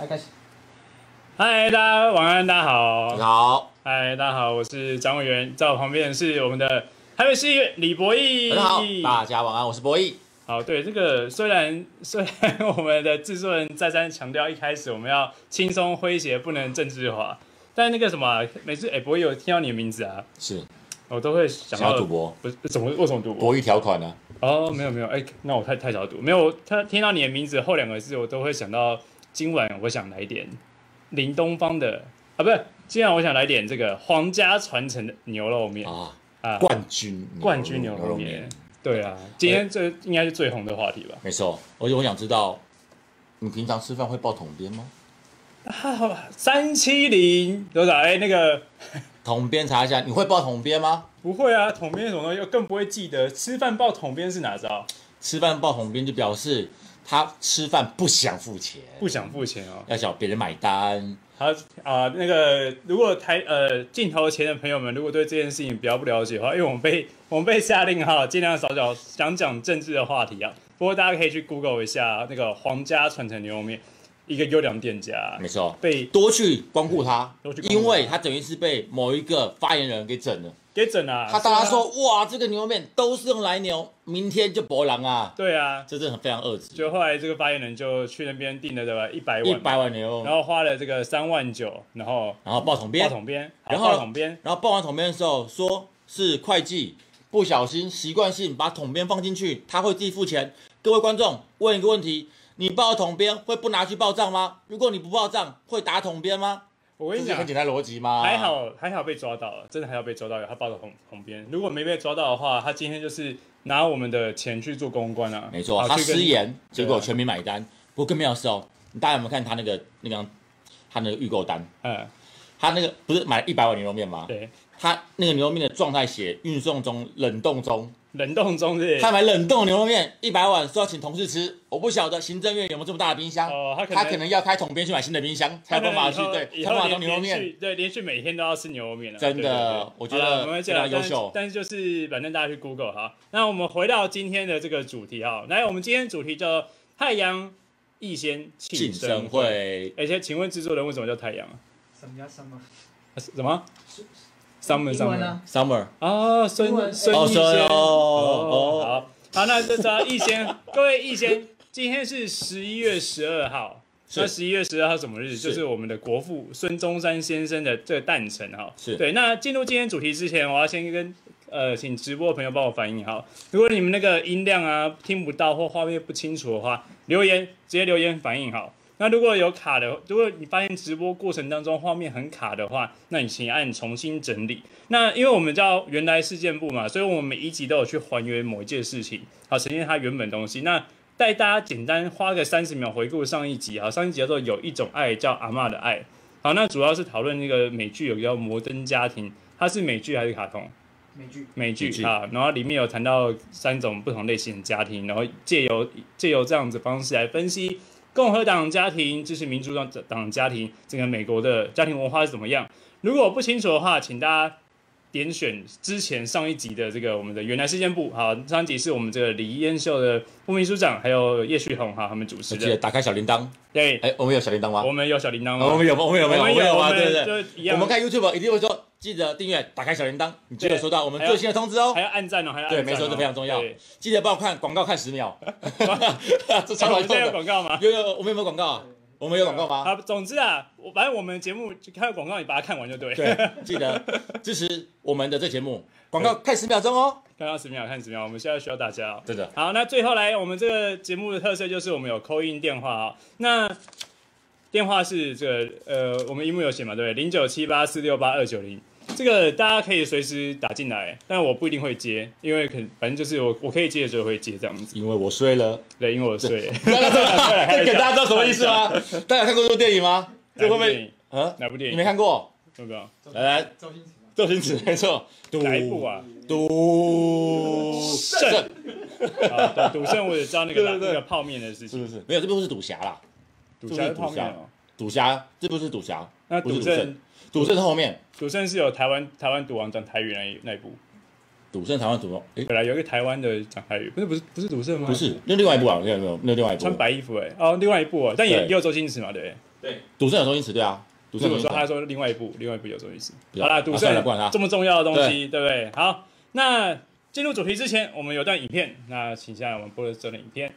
开始。 嗨，大家晚安，大家好。 你好， 嗨，大家好，我是张委员，在我旁边的是我们的台北市议员李博义。 大家好，大家晚安，我是博义。 好，对这个虽然我们的制作人再三强调，一开始我们要轻松诙谐，不能政治化，但那个什么，每次博义有听到你的名字啊， 是我都会想要赌博， 不是怎么为什么赌博？ 博弈条款呢？ 哦，没有，那我太少赌，没有，他听到你的名字后两个字，我都会想到今晚我想来点林东方的啊，不是，今晚我想来点这个皇家传承的牛肉面啊，冠军牛肉面。对啊，今天这应该是最红的话题吧？ 没错，而且我想知道，你平常吃饭会报统编吗 ？370多少？那个统编查一下，你会报统编吗？ 不会啊，统编什么东西，更不会记得。吃饭报统编是哪招？ 吃饭报统编就表示他吃饭不想付钱， 哦， 要找别人买单。 好那个如果镜头前的朋友们，如果对这件事情比较不了解的话，因为我们被下令尽量少讲政治的话题啊。不过大家可以去 Google 一下那个皇家传承牛肉面，一个优良店家， 没错， 被多去光顾他，因为他等于是被某一个发言人给整了。他大家说哇，这个牛肉面都是用来牛，明天就博狼啊。 对啊， 这真的非常恶质。 就后来这个发言人就去那边订了对吧，100 万牛肉， 然后花了这个3.9万，然后报统编，然后报完统编的时候说是会计不小心习惯性把统编放进去，他会自己付钱。各位观众问一个问题：你报统编会不拿去报账吗？如果你不报账，会打统编吗？ 我跟你讲， 很简单逻辑吗？ 还好被抓到了，真的还好被抓到了。他报的统编，如果没被抓到的话，他今天就是拿我们的钱去做公关啊。 没错，他失言，结果全民买单。不过更妙的是大家有没有看他那个他那个预购单？他那个不是买100碗牛肉面吗？ 对， 他那个牛肉面的状态写运送中、冷冻中。 是他买冷冻牛肉面100碗，说要请同事吃。我不晓得行政院有没有这么大的冰箱，他可能要开统编去买新的冰箱，才有办法去对，才有办法弄牛肉面。 对，连续每天都要吃牛肉面了。 真的，我觉得非常优秀。 但是就是反正大家去 Google 哈。那我们回到今天的这个主题哈，来，我们今天主题叫太阳逸仙庆生会。而且请问制作人为什么叫太阳啊？ 什么叫 summer？ 什么？Summer 啊， 孙逸仙好，那这是逸仙，各位逸仙，今天是11月12号。那11月12号什么日子？就是我们的国父孙中山先生的这个诞辰哈。对。那进入今天主题之前，我要先跟请直播的朋友帮我反映好。如果你们那个音量听不到或画面不清楚的话，直接留言反映好。那如果有卡的，如果你发现直播过程当中画面很卡的话，那你请按重新整理。那因为我们叫原来事件部嘛，所以我们每一集都有去还原某一件事情，好呈现它原本东西。那带大家简单花个30秒回顾上一集，好，上一集叫做有一种爱叫阿嬷的爱。好，那主要是讨论那个美剧有个叫《摩登家庭》，它是美剧还是卡通？美剧啊，然后里面有谈到3种不同类型的家庭，然后借由这样子方式来分析共和党家庭支持民主党家庭，整个美国的家庭文化是怎么样？如果不清楚的话，请大家点选之前上一集的这个我们的原来事件部。好，上一集是我们这个李嫣秀的副秘书长还有叶旭红他们主持的。 记得打开小铃铛。 对， 我们有小铃铛吗？ 我们有小铃铛吗？ 我们有啊，对对对。 我们看 YouTube 一定会说，记得订阅，打开小铃铛，你就会收到我们最新的通知哦。 还要按赞哦， 对，没错，这非常重要。记得帮我看广告看10秒。这超好用的。 有广告吗？ 有，我们有没有广告啊？我们有广告吗？ 好，总之反正我们节目看广告，你把它看完就对。 对，记得支持我们的这节目，广告看10秒钟哦。 看10秒，我们现在需要大家真的。 好，那最后来，我们这个节目的特色就是我们有 call in 电话那电话是这个我们荧幕有写嘛，对不对？0978468290。这个大家可以随时打进来，但我不一定会接，因为反正就是我可以接的时候会接这样子。 因为我睡了。 对，因为我睡了。 这给大家知道什么意思吗？大家看过这部电影吗？ 这会不会哪部电影？ 你没看过？ 有没有？ 来，周星驰没错。 哪一部啊？ 赌圣。 赌圣我也知道那个泡面的事情。 是不是？没有，这部是赌侠啦。 赌侠是泡面哦。 赌侠，这部是赌侠。 那赌圣。 赌圣是后面。 赌圣是有台湾赌王讲台语那一部。 赌圣台湾赌王， 本来有一个台湾的讲台语，不是赌圣吗？ 不是，那另外一部啊，那另外一部。 穿白衣服另外一部但也有周星驰嘛，对不对？ 对， 赌圣有周星驰，对啊。赌圣我说他说另外一部有周星驰。好啦，赌圣这么重要的东西，对不对？好，那进入主题之前，我们有段影片，那请下来我们播的这段影片。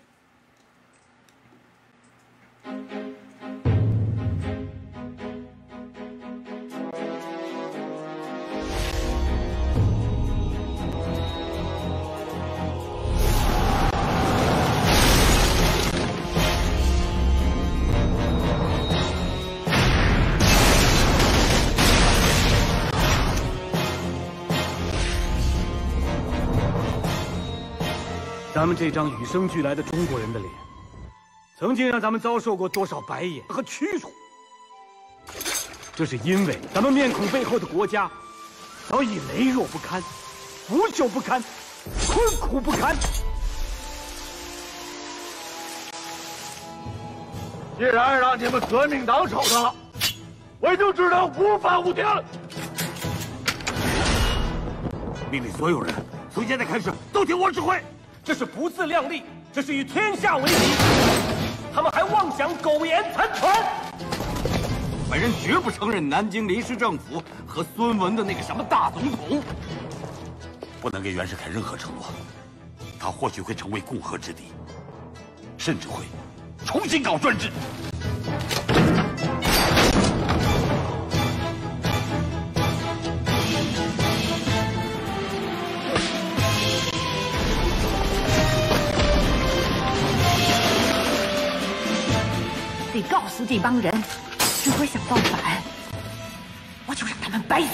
咱们这张与生俱来的中国人的脸，曾经让咱们遭受过多少白眼和屈辱？这是因为咱们面孔背后的国家，早已羸弱不堪、腐朽不堪、困苦不堪。既然让你们革命党守着了，我就只能无法无天了。命令所有人从现在开始都听我指挥。这是不自量力，这是与天下为敌。他们还妄想苟延残喘。本人绝不承认南京临时政府和孙文的那个什么大总统。不能给袁世凯任何承诺，他或许会成为共和之敌，甚至会重新搞专制。 得告诉这帮人，如果想造反，我就让他们白死。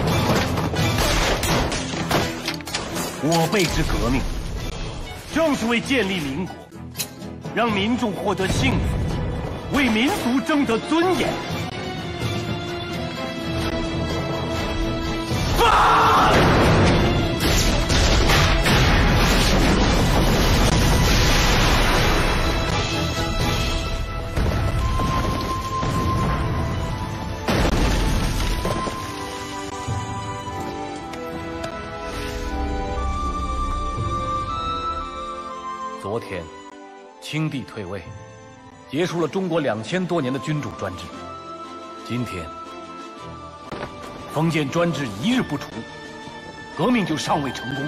我辈之革命，正是为建立民国，让民众获得幸福，为民族争得尊严。昨天，清帝退位，结束了中国2000多年的君主专制。今天，封建专制一日不除，革命就尚未成功。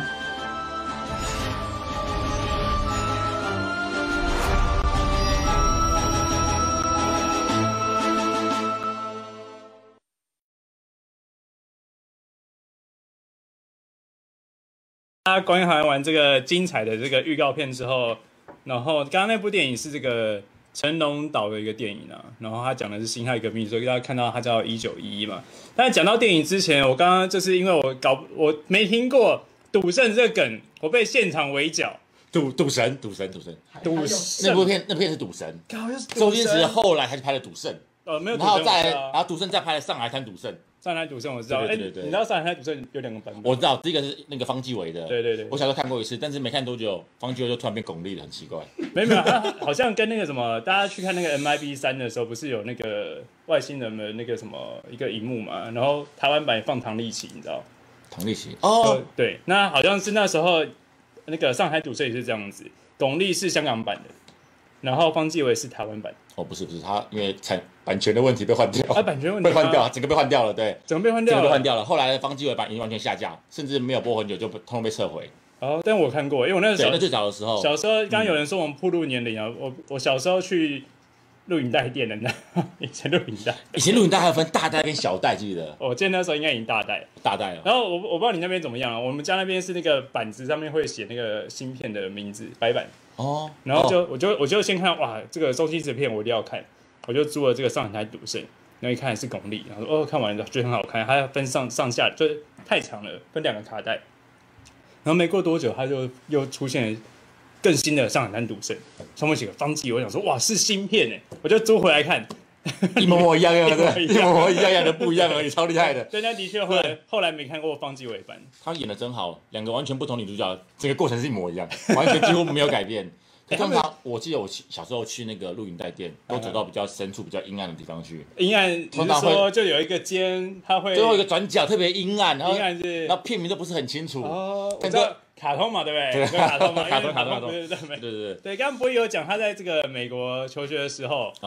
大家观看完这个精彩的这个预告片之后，然后刚刚那部电影是这个成龙导的一个电影啊，然后他讲的是辛亥革命，所以大家看到他叫1911嘛。但是讲到电影之前，我刚刚就是因为我没听过赌圣这个梗，我被现场围剿。 赌神，那部片是赌神，周星驰后来还是拍了赌圣， 没有， 然后赌圣再拍了上海滩赌圣。 上海赌圣我知道， 对， 你知道上海滩赌圣有2个版本？ 我知道，第一个是那个方季韦的， 对， 我小时候看过一次，但是没看多久，方季韦就突然变巩俐了，很奇怪。 没有，他好像跟那个什么，大家去看那个 MIB3的时候，不是有那个外星人的那个什么一个荧幕嘛？然后台湾版放唐立奇，你知道？ 唐立奇哦， 对，那好像是那时候那个上海赌圣也是这样子，巩俐是香港版的，然后方季韦是台湾版。 哦，不是，他因为版权的问题被换掉， 版权问题被换掉，整个被换掉了，对， 整个被换掉了。 后来的方季韦版已经完全下架，甚至没有播很久就通通被撤回。 哦，但我看过，因为我那时候最早的时候， 小时候刚刚有人说我们暴露年龄啊，我小时候去录影带店的，以前录影带还有分大带跟小带，记得？ 我记得那时候应该已经大带了。然后我不知道你那边怎么样啊，我们家那边是那个板子上面会写那个芯片的名字，白板。哦，然后我就先看哇，这个周星驰片我一定要看，我就租了这个上海滩赌圣，然后一看是巩俐，然后说看完了觉得很好看，它要分上下，就是太长了，分2个卡带。然后没过多久，它就又出现了更新的上海滩赌圣，上面写个方季，我想说哇是新片哎，我就租回来看， 一模一样的，一模一样的不一样而已，超厉害的。 对，那的确后来没看过方季韦版， 他演的真好，2个完全不同女主角，整个过程是一模一样，完全几乎没有改变。通常我记得我小时候去那个录影带店，都走到比较深处、比较阴暗的地方去。 阴暗，你是说就有一个间，它会最后一个转角特别阴暗，然后然后片名都不是很清楚。 哦，我知道卡通嘛，对不对？对，卡通嘛， 卡通。 对。刚刚博弈有讲他在这个美国求学的时候，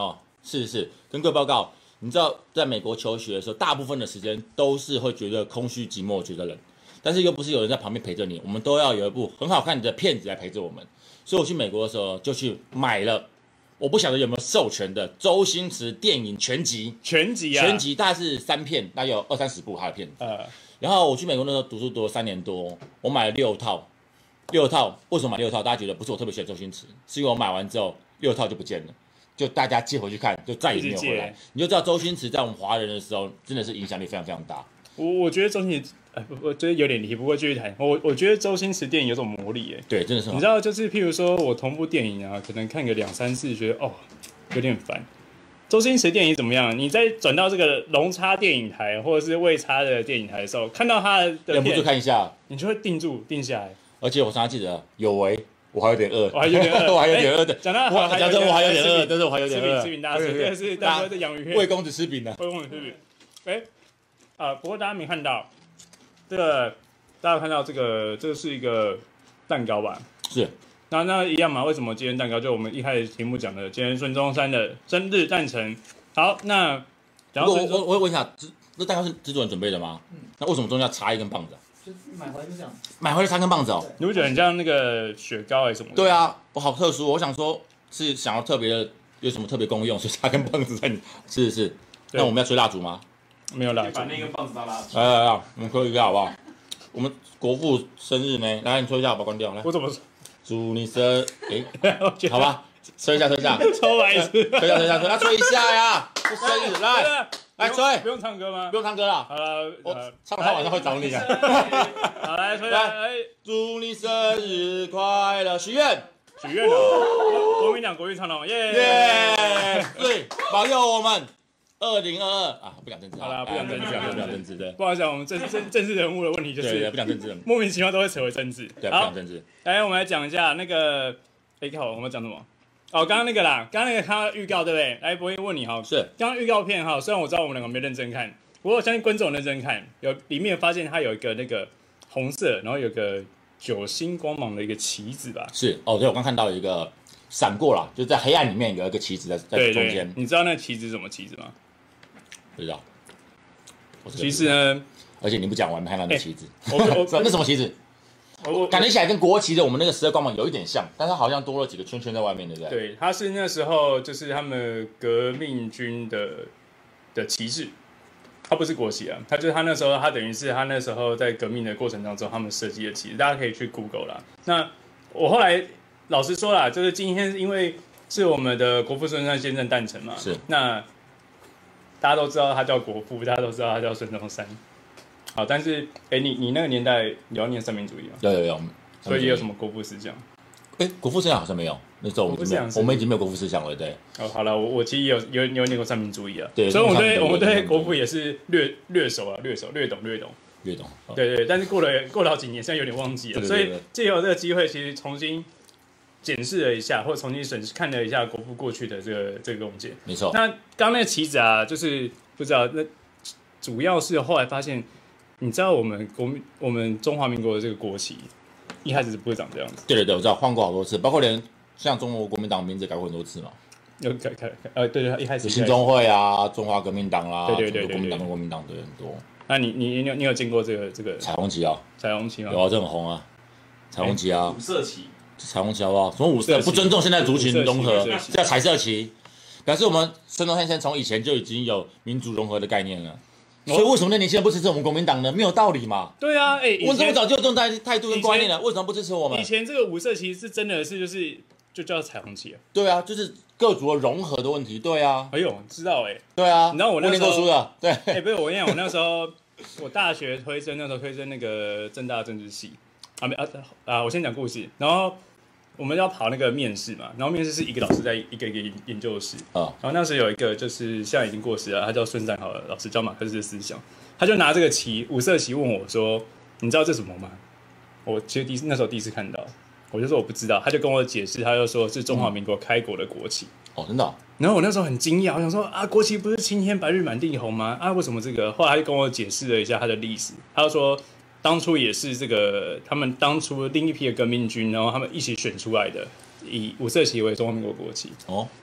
是，跟各位报告，你知道在美国求学的时候，大部分的时间都是会觉得空虚寂寞，觉得冷，但是又不是有人在旁边陪着你，我们都要有一部很好看的片子来陪着我们。所以我去美国的时候就去买了，我不晓得有没有授权的周星驰电影全集大概是3片，大概有20-30部他的片子。然后我去美国那时候读书读了3年多，我买了6套。为什么买6套？大家觉得不是我特别喜欢周星驰，是因为我买完之后6套就不见了，就大家借回去看，就再也没有回来。你就知道周星驰在我们华人的时候真的是影响力非常非常大。 我觉得周星驰，我觉得有点离，不过继续谈。我觉得周星驰电影有种魔力耶。 对，真的是。 你知道，就是譬如说我同部电影啊，可能看个2-3次，觉得有点烦。周星驰电影怎么样？你在转到这个龙叉电影台或者是未叉的电影台的时候，看到他的片， 忍不住看一下， 你就会定下来。 而且我常常记得有为，我还有点饿， 我还有点饿的。讲真，我还有点饿，但是我还有点饿。 吃饼大师，这个是大哥在洋芋片。 魏公子吃饼的。 魏公子吃饼。不过大家没看到，这个大家看到这个是一个蛋糕吧？ 是。 那一样嘛？为什么今天蛋糕？就我们一开始题目讲的，今天孙中山的生日诞辰。好，那我问一下，这蛋糕是制作人准备的吗？那为什么中间要插一根棒子啊？ 就买回来就这样， 买回来插根棒子哦。 你不觉得很像那个雪糕还是什么的？ 对啊，我好特殊，我想说是想要特别的有什么特别功用，所以插根棒子在你。是。那我们要吹蜡烛吗？ 没有蜡烛。 把那根棒子当蜡烛。 来，我们吹一个好不好？我们国父生日呢，来你吹一下，我把它关掉。来， 我怎么？ 祝你生好吧，吹一下， 抽白痴， 吹一下，那吹一下呀，是生日，来吹， 不用唱歌吗？ 不用唱歌了， 好了， 我唱他晚上会找你的。 好，来吹来， 祝你生日快乐，许愿哦，国民党国语唱的，耶， 对，保佑我们2022啊，不讲政治， 好了，不讲政治， 对， 不好讲，我们政治人物的问题就是， 不讲政治， 莫名其妙都会扯回政治， 对，不讲政治。 来，我们来讲一下那个，好，我们讲什么？刚刚那个啦，刚刚那个看到预告对不对？来，博弈问你哈， 是， 刚刚预告片哈，虽然我知道我们两个没认真看，不过我相信观众认真看，里面发现它有一个那个红色，然后有个9星光芒的一个旗子吧？ 是，对，我刚看到一个闪过了，就在黑暗里面有一个旗子在中间。 你知道那个旗子是什么旗子吗？ 不知道。 其实呢， 而且你不讲完，看到那旗子， 那什么旗子？我感觉起来跟国旗的我们那个12光芒有一点像，但它好像多了几个圈圈在外面，对不对？ 对，它是那时候就是他们革命军的旗帜，它不是国旗啊，它就是他那时候，它等于是他那时候在革命的过程当中他们设计的旗帜，大家可以去 Google 啦。那我后来老实说啦，就是今天因为是我们的国父孙中山先生诞辰嘛， 是那大家都知道他叫国父，大家都知道他叫孙中山。好，但是你那个年代有要念三民主义吗？ 有， 所以也有什么国父思想？ 国父思想好像没有，那时候我们已经没有国父思想了，对。 好了，我其实有念过三民主义啊， 对， 所以我们对国父也是略熟啊，略懂。对，但是过了好几年，现在有点忘记了，所以借由这个机会，其实重新检视了一下，或者重新看了一下国父过去的这个贡献。 没错。 那刚那个旗子啊，就是不知道，那主要是后来发现。你知道我们中华民国的这个国旗一开始是不会长这样子。 对，我知道换过好多次，包括连像中国国民党名字改过很多次嘛。 有改，对，一开始新中会啊，中华革命党啦， 对， 国民党跟国民党的很多。 那你有见过这个彩虹旗啊？ 彩虹旗吗？ 有啊，这很红啊，彩虹旗啊， 五色旗， 彩虹旗好不好？什么五色？不尊重现在族群融合，叫彩色旗，表示我们孙中山先生从以前就已经有民族融合的概念了。所以为什么那年轻人不支持我们国民党呢？没有道理嘛。 对啊， 我们这么早就有这种态度跟观念了，为什么不支持我们？ 以前这个五色旗是真的是就叫彩虹旗啊。 对啊，就是各族的融合的问题。对啊。 哎呦，知道对啊。 你知道我那时候念过书的。对。 不是我跟你讲，我那时候我大学那时候推甄那个政大政治系我先讲故事，然后。我们要跑那个面试嘛，然后面试是一个老师在一个研究室然后那时有一个就是现在已经过世了，他叫孙展豪老师，教马克思思想，他就拿这个五色旗问我说：“你知道这什么吗？”我其实那时候第一次看到，我就说我不知道，他就跟我解释，他就说是中华民国开国的国旗。 真的。 然后我那时候很惊讶，我想说国旗不是青天白日满地红吗？为什么这个？后来他就跟我解释了一下他的历史，他就说。当初也是这个，他们当初另一批的革命军，然后他们一起选出来的，以五色旗为中华民国国旗。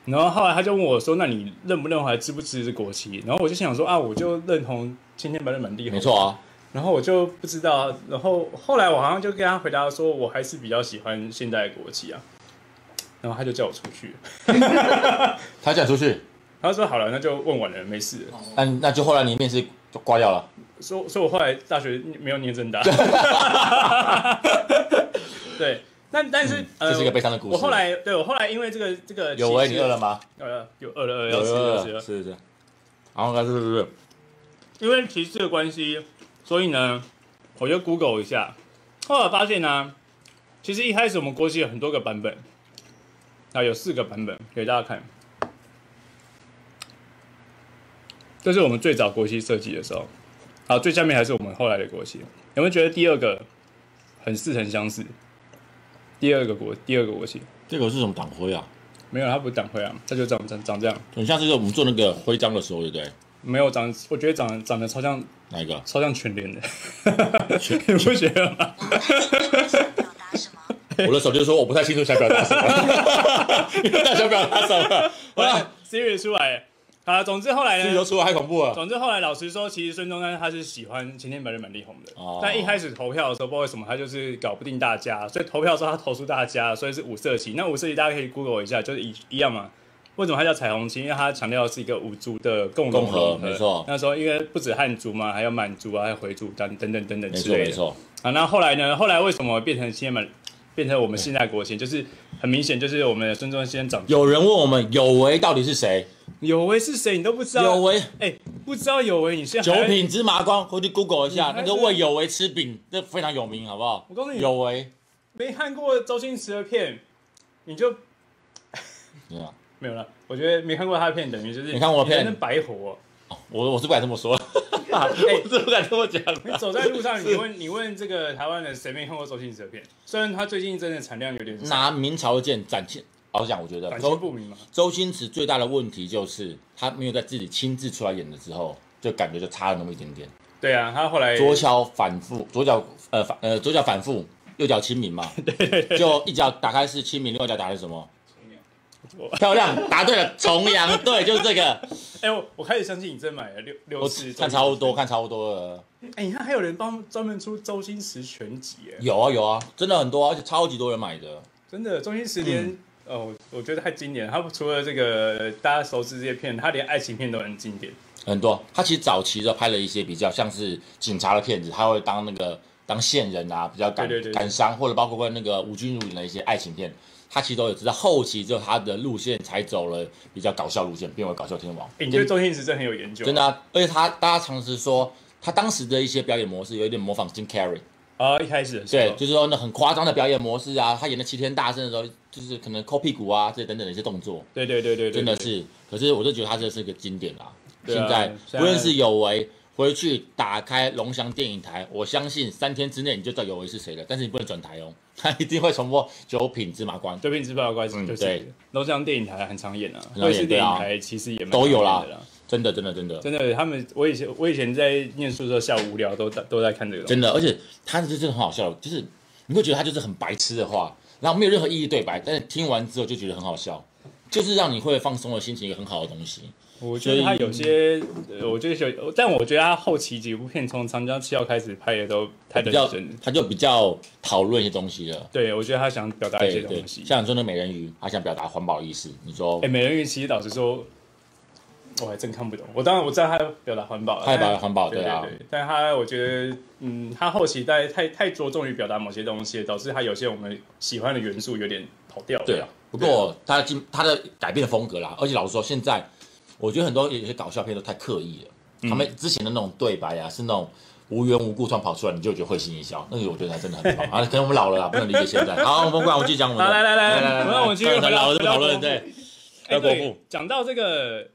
然后后来他就问我说：“那你认不认同，还支不支持国旗？”然后我就想说啊，我就认同青天白日满地红， 没错啊。 然后我就不知道，然后后来我好像就跟他回答说，我还是比较喜欢现在的国旗啊。然后他就叫我出去， 他叫你出去， 他说好了，那就问完了，没事了。 那就后来你面试就挂掉了。 所以我后来大学没有念政大。对，但是这是一个悲伤的故事。 我后来因为这个有为，你饿了吗？ 有饿了，要吃了， 是。然后是， 因为歧视的关系，所以呢，我就 Google 一下，后来发现呢，其实一开始我们国旗有很多个版本，有4个版本给大家看。这是我们最早国旗设计的时候。好，最下面还是我们后来的国旗。有没有觉得第2个很似曾相识？第二个国旗， 这个是什么党徽啊？ 没有，它不是党徽啊，它就长这样。 很像是我们做那个徽章的时候，对不对？ 没有我觉得长得超像哪一个？ 超像全联的，你不觉得吗？ 我的手就说我不太清楚想表达什么，你到底想表达什么？ 哇 ，Siri 出来了。好，总之后来呢？ 自己都出来太恐怖了。 总之后来，老实说，其实孙中山他是喜欢青天白日满地红的。 哦。 但一开始投票的时候，不知道为什么他就是搞不定大家，所以投票的时候他投诉大家，所以是5色旗。那5色旗大家可以 Google 一下，就是一样嘛。为什么它叫彩虹旗？因为它强调的是一个5族的共和， 没错。 那时候因为不止汉族嘛，还有满族啊，还有回族等等之类的。 没错。 啊，那后来呢？后来为什么变成变成我们现在国旗？就是很明显，就是我们的孙中山先长。 有人问我们有为到底是谁？ 有为是谁？你都不知道？ 有为， 不知道有为，你现在 9品芝麻官，回去 Google 一下，那个喂有为吃饼，这非常有名，好不好？ 我告诉你， 有为没看过周星驰的片，你就没有了。我觉得没看过他的片，等于就是你看我的片白活。 我是不敢这么说，我是不敢这么讲。 你走在路上，你问这个台湾人谁没看过周星驰的片？虽然他最近真的产量有点少。 拿明朝剑展现。老实讲，我觉得周星驰最大的问题就是他没有在自己亲自出来演的时候，就感觉就差了那么一点点。 对啊，他后来左脚反复，左脚反复，右脚亲民嘛。对，就一脚打开是亲民，另外一脚打的是什么？漂亮，答对了，重阳，对，就是这个。 我开始相信你真买了六次， 看超多了。 你看还有人专门出周星驰全集耶？ 有啊，真的很多，而且超级多人买的。 真的，周星驰连。我觉得太经典了。他除了这个大家熟知这些片，他连爱情片都很经典。 很多，他其实早期的拍了一些比较像是警察的片子，他会当线人啊，比较感伤，或者包括那个吴君如演的一些爱情片，他其实都有知道。后期之后，他的路线才走了比较搞笑路线，变为搞笑天王。 你对周星驰真的很有研究， 真的啊！而且大家常时说他当时的一些表演模式有一点模仿 Jim Carrey。 一开始的时候对，就是说那很夸张的表演模式啊，他演的齐天大圣的时候，就是可能抠屁股啊，这等等的一些动作。 对， 真的是。可是我就觉得他这是个经典啦。现在不论是有为，回去打开龙翔电影台，我相信3天之内你就知道有为是谁了。但是你不能转台哦，他一定会重播9品芝麻官。 9品芝麻官就是龙翔电影台很常演啊，卫视电影台其实也都有啦。真的， 他们我以前在念书的时候，下午无聊都在看这个。 真的，而且他是真的很好笑，就是你会觉得他就是很白痴的话，然后没有任何意义对白，但是听完之后就觉得很好笑，就是让你会放松的心情，一个很好的东西。 我觉得他有些，但我觉得他后期几部片从《长江7号》开始拍的都太认真， 他就比较讨论一些东西了。 对，我觉得他想表达一些东西， 像你说那美人鱼，他想表达环保意识。你说， 美人鱼其实老实说。我还真看不懂。当然我知道他表达环保， 他也表达环保，对啊。 对，但我觉得，他后期太着重于表达某些东西，导致他有些我们喜欢的元素有点跑掉了。 对啊，不过他的改变的风格啦，而且老实说，现在我觉得很多有些搞笑片都太刻意了。他们之前的那种对白啊，是那种无缘无故突然跑出来，你就觉得会心一笑，那个我觉得还真的很棒啊。可能我们老了啦，不能理解现在。好，不管我继续讲我们的。 来，那我们继续很老的讨论，对。 对，讲到这个，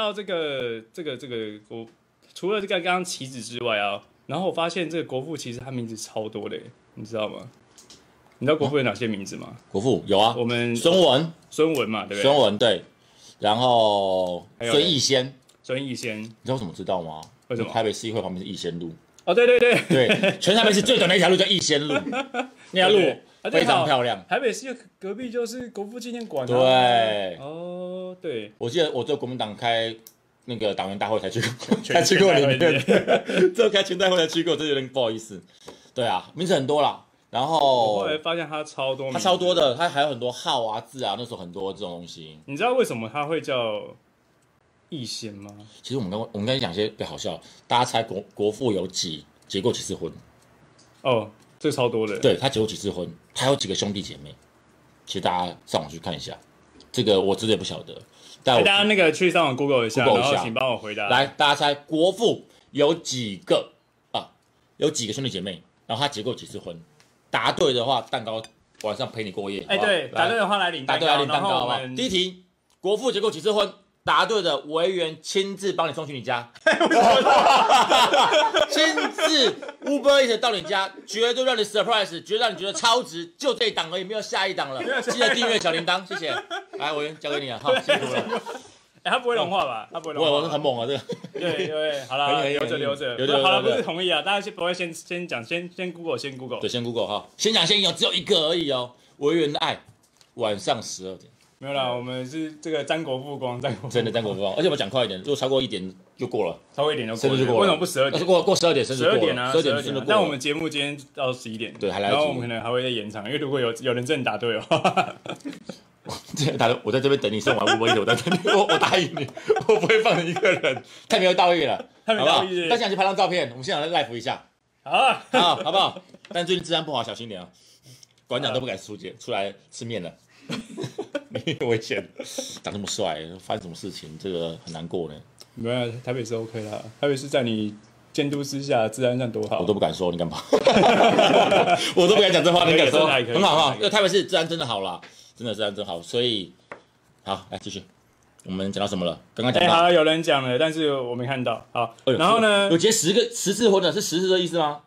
我除了这个刚刚棋子之外啊，然后我发现这个国父其实他名字超多的，你知道吗？你知道国父有哪些名字吗？ 国父有啊， 我们孙文嘛，对不对？ 孙文对，然后孙逸仙， 你知道为什么知道吗？ 为什么？台北市议会旁边是逸仙路。 哦，对对对对，全台北市最短的一条路叫逸仙路，那条路非常漂亮。 台北市隔壁就是国父纪念馆。 对， 哦，对， 我记得我做国民党开那个党员大会才去过里面，只有开全代会才去过，这有点不好意思。对啊，名字很多啦。然后我后来发现它超多， 它超多的，它还有很多号啊、字啊，那时候很多这种东西。 你知道为什么它会叫逸仙吗？ 其实我们刚才讲些比较好笑，大家猜国父有结过几次婚？ 哦，这超多的。 对，他结过几次婚？他有几个兄弟姐妹？其实大家上网去看一下，这个我真的也不晓得。 大家那个去上网 Google 一下，然后请帮我回答。 来，大家猜国父有几个啊？有几个兄弟姐妹？然后他结过几次婚？答对的话，蛋糕晚上陪你过夜。 对，答对的话来领蛋糕。答对来领蛋糕好不好？ 第一题，国父结过几次婚？答对的委员亲自帮你送去你家，亲自 Uber Eats 到你家，绝对让你 surprise， 绝对让你觉得超值，就这一档而已，没有下一档了。记得订阅小铃铛，谢谢。来，委员交给你了，好，辛苦了。 他不会融化吧？他不会融化。 我是很猛啊，这个。 对，好了，留着。好了，不是同意啊，大家不会先讲，先 Google。 对，先 Google 哈，先讲先赢，只有一个而已哦。委员的爱，晚上12点。 没有啦，我们是这个沾国父光， 真的沾国父光，而且我讲快一点，如果超过1点就过了， 超过1点就过了， 甚至就过了。 为什么不12点？ 过12点，甚至过了。 12点啊 ，12点甚至过了。 但我们节目今天到11点， 对，还来得及。 然后我们可能还会再延长，因为如果有人真的答对哦。 我在这边等你送完5分，我在等你，我答应你，我不会放你一个人，太没有道义了， 太没道义。 大家想去拍张照片，我们现场来 live 一下，好不好？但最近治安不好，小心点啊！馆长都不敢出来吃面了。没有危险，长这么帅，发生什么事情，这个很难过呢。 没有，台北是 OK 啦，台北是在你监督之下，治安上多好， 我都不敢说，你干嘛？我都不敢讲这话，你敢说？很好哈，因为台北市治安真的好啦，真的治安真好，所以好来继续，我们讲到什么了？刚刚讲到， 好，有人讲了，但是我没看到。好，然后呢？ 有结10次婚的，是10次的意思吗？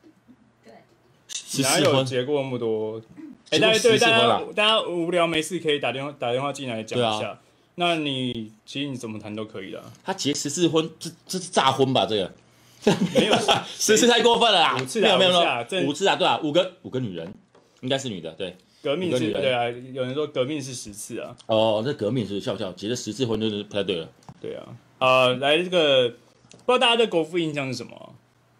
对，哪有结过那么多？大家无聊没事可以打电话进来讲一下。那其实你怎么谈都可以的。 他结10次婚，这是诈婚吧？这个没有 10次太过分了啦。 5次没有5次啊，对啊，5个女人，应该是女的，对。 革命是，对啊，有人说革命是10次啊。 哦，这革命是笑结了10次婚就是不太对了。 对啊，来这个，不知道大家对国父印象是什么？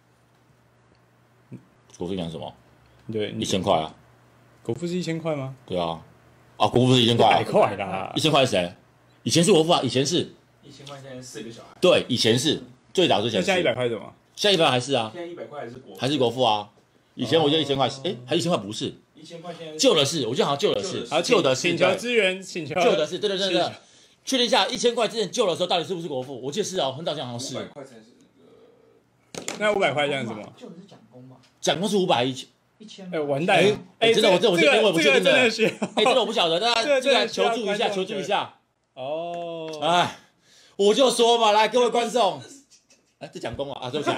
国父印象是什么？ 对 ，1000块啊。 国父是1000块吗？ 对啊，国父是1000块，100 块啦。 1000块是谁？以前是国父啊，以前是 1000块，现在4个小孩。 对，以前是最早之前。 现在100块什么？ 现在100还是啊？ 现在100块还是国父啊？以前我记得1000块，还是1000块不是 ？1000块现在旧的是，我记得好像旧的是，旧的是请求支援，请求旧的是，对，确定一下1000块之前旧的时候到底是不是国父？我记得是哦，很早前好像是。 500块才是那500块现在是什么？ 旧的是奖功嘛？ 奖功是500、 1000。完蛋！ 真的，我确定，我不确定的。 真的我不晓得，大家进来求助一下。 哦， 哎，我就说嘛，来各位观众，这奖功啊，对不起，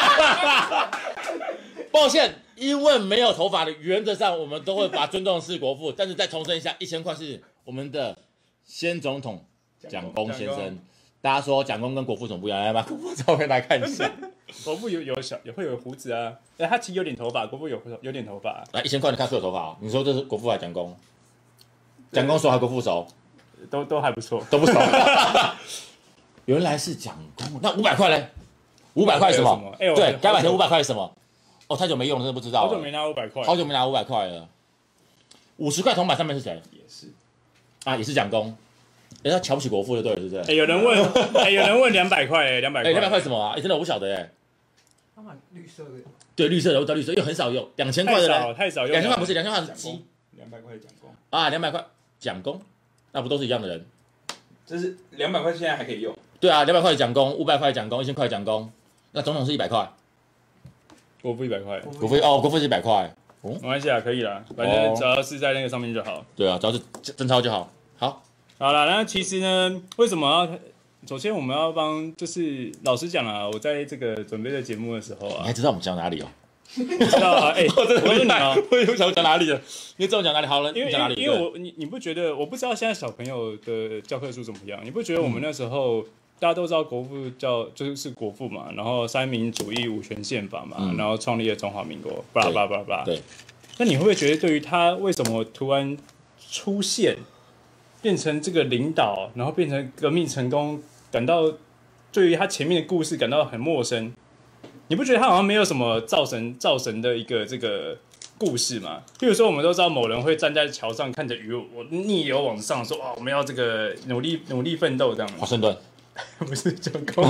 抱歉，因为没有头发的，原则上我们都会把尊重是国父，但是再重申一下，1000块是我们的先总统蒋公先生。大家说蒋公跟国父怎么不一样？来把国父照片来看一下。 国父也会有胡子啊，他其实有点头发，国父有点头发。 来1000块你看出有头发啊？你说这是国父还是蒋公？蒋公熟还是国父熟？ 都还不错， 都不熟。原来是蒋公，那500块嘞？500块什么？对，该买成500块是什么？哦，太久没用了，真的不知道。 好久没拿500块， 好久没拿500块了。50块铜板上面是谁？ 也是啊，也是蒋公。他瞧不起国父就对了，是不是？ 有人问200块，200块 ，200块什么啊？真的我不晓得哎。 他买绿色的。 对，绿色的，我知道绿色，因为很少有2000块的嘞。 太少 ，2000块不是2000块是鸡。 200块奖功啊，200块奖功，那不都是一样的人？ 这是200块，现在还可以用。 对啊，200块奖功，500块奖功，1000块奖功，那总统是100块。 国父100块， 国父是100块。 没关系啊，可以啦，反正只要是在那个上面就好。 对啊，只要是真钞就好。 好了，那其实呢，为什么要？首先我们要帮，就是老实讲啊，我在这个准备的节目的时候啊， 你还知道我们讲哪里哦？ 知道啊，我问你啊， 我也不晓得讲哪里了，你知道我讲哪里好了？ 因为你不觉得？我不知道现在小朋友的教科书怎么样？你不觉得我们那时候大家都知道国父就是国父嘛，然后三民主义五权宪法嘛，然后创立了中华民国，巴拉巴拉巴拉巴拉。 对。 那你会不会觉得，对于他为什么突然出现，变成这个领导，然后变成革命成功，感到对于他前面的故事感到很陌生？你不觉得他好像没有什么造神的一个这个故事吗？譬如说，我们都知道某人会站在桥上看着雨，我逆流往上说：“哇，我们要这个努力奋斗这样。” 华盛顿不是九公，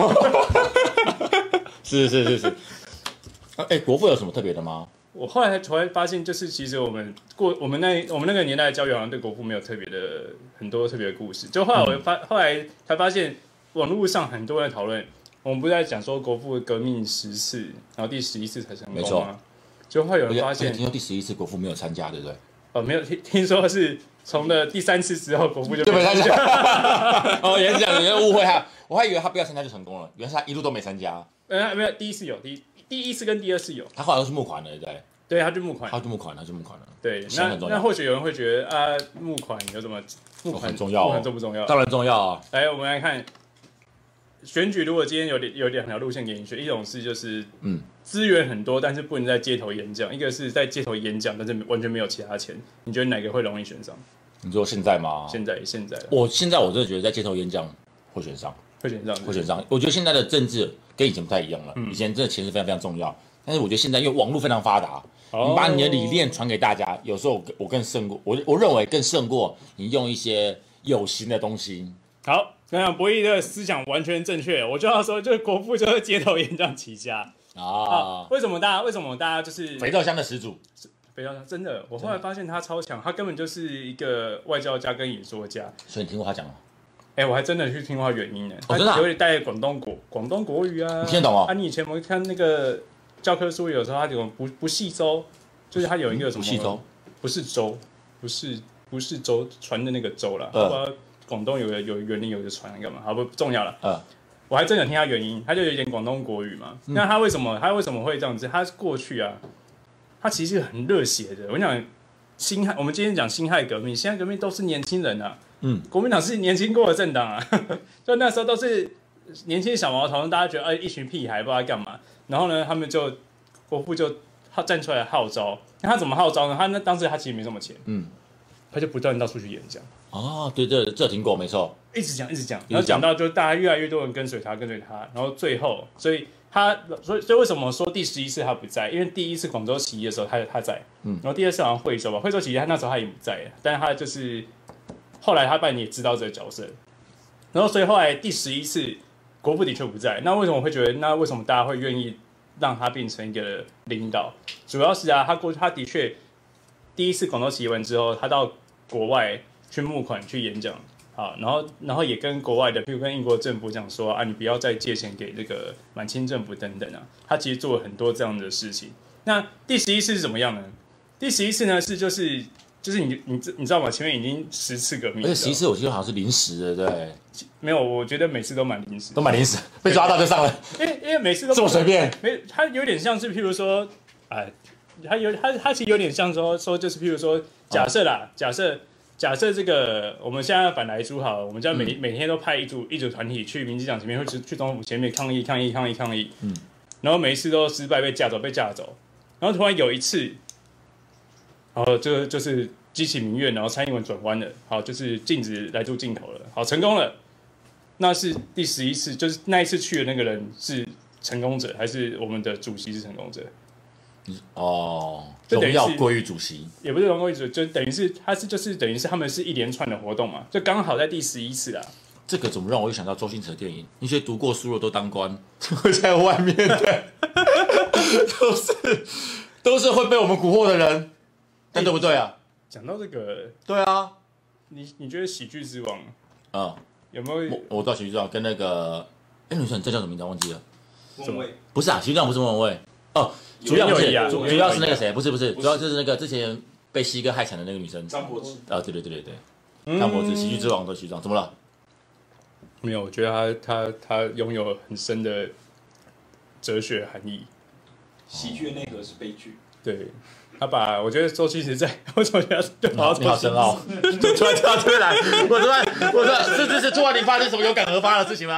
是。国父有什么特别的吗？ 我后来才发现，就是其实我们那个年代的教育好像对国父没有特别的很多特别的故事。就后来后来才发现，网络上很多人讨论，我们不是在讲说国父革命10次，然后第11次才成功吗？ 没错。 就后来有人发现， 听说第11次国父没有参加，对不对？ 没有听说是从了第3次之后，国父就没参加。原来是这样，你误会他，我还以为他不要参加就成功了，原来是他一路都没参加。 没有，第一次有，第一次跟第2次有， 他后来都是募款的，对不对？ 对，他就募款， 了。 对，那或许有人会觉得啊，募款有什么？募款很重要， 募款重不重要？ 当然重要啊！ 来，我们来看选举。如果今天有2条路线给你选，一种是就是资源很多，但是不能在街头演讲；一个是在街头演讲，但是完全没有其他钱。你觉得哪个会容易选上？ 你说现在吗？ 现在， 我真的觉得在街头演讲会选上。我觉得现在的政治跟以前不太一样了。以前真的钱是非常非常重要，但是我觉得现在因为网络非常发达，你把你的理念传给大家，有时候我更胜过我认为更胜过你用一些有形的东西。 好，那博弈的思想完全正确，我就要说，就是国父就是街头演讲起家啊。为什么大家就是肥皂箱的始祖？ 肥皂箱真的，我后来发现他超强，他根本就是一个外交家跟演说家。 所以你听过他讲吗？ 我还真的去听过他原因呢。 真的有点带广东国语啊。 你听得懂吗？ 你以前我看那个教科书，有时候他有不系州，就是他有一个什么？ 不系州？ 不是州，不是州船的那个州啦。不知道广东有园林有一个船干嘛？好，不重要了。我还真的听他原因，他就有一点广东国语嘛。那他为什么会这样子？他过去啊，他其实很热血的。我讲我们今天讲辛亥革命，辛亥革命都是年轻人啊。国民党是年轻过的政党啊，就那时候都是年轻小毛头，大家觉得一群屁孩不知道干嘛。然后呢，国父就站出来号召。那他怎么号召呢？当时他其实没什么钱，他就不断到处去演讲。 对，这听过没错， 一直讲，然后讲到就大家越来越多人跟随他，然后最后，所以为什么说第11次他不在？因为第1次广州起义的时候他在，然后第2次好像惠州吧，惠州起义那时候他也不在，但是他就是后来他扮演指导者的角色，然后所以后来第11次国父的确不在，那为什么我会觉得？那为什么大家会愿意让他变成一个领导？主要是他的确第1次广州起义完之后，他到国外去募款去演讲。然后也跟国外的，比如跟英国政府讲说你不要再借钱给这个满清政府等等啊。他其实做了很多这样的事情。那第11次是怎么样呢？第11次呢就是你知道吗？前面已经10次革命， 而且11次我记得好像是临时的，对。 没有，我觉得每次都蛮临时， 被抓到就上了。 因为每次都这么随便， 他有点像是譬如说，他其实有点像说就是譬如说，假设这个我们现在反莱猪好了，我们家每天都派一组团体去民进党前面，或者去总统府前面抗议，然后每一次都失败，被架走，然后突然有一次，然后就是激起民怨，然后蔡英文转弯了，好，就是禁止莱猪进口了，好，成功了，那是第11次，就是那一次去的那个人是成功者，还是我们的主席是成功者？ 荣耀归于主席， 也不是荣耀归于主席，就等于是等于是他们是一连串的活动嘛，就刚好在第11次啦。 这个怎么让我又想到周星驰的电影？那些读过书的都当官，会在外面对，都是会被我们蛊惑的人，但对不对啊？ 讲到这个， 对啊， 你觉得喜剧之王有没有？ 我知道喜剧之王跟那个，女生这叫什么名字？忘记了。 莫文蔚不是喜剧之王不是莫文蔚主要是那个谁？不是，主要就是那个之前被西哥害惨的那个女生张柏芝。 对，张柏芝喜剧之王的喜剧之王，怎么了？ 没有，我觉得他拥有很深的哲学含义。 喜剧的内核是悲剧。 对，我觉得周星驰在，我怎么觉得就跑到你好深奥，突然跳出来，我突然，这是突然你发生什么有感而发的事情吗？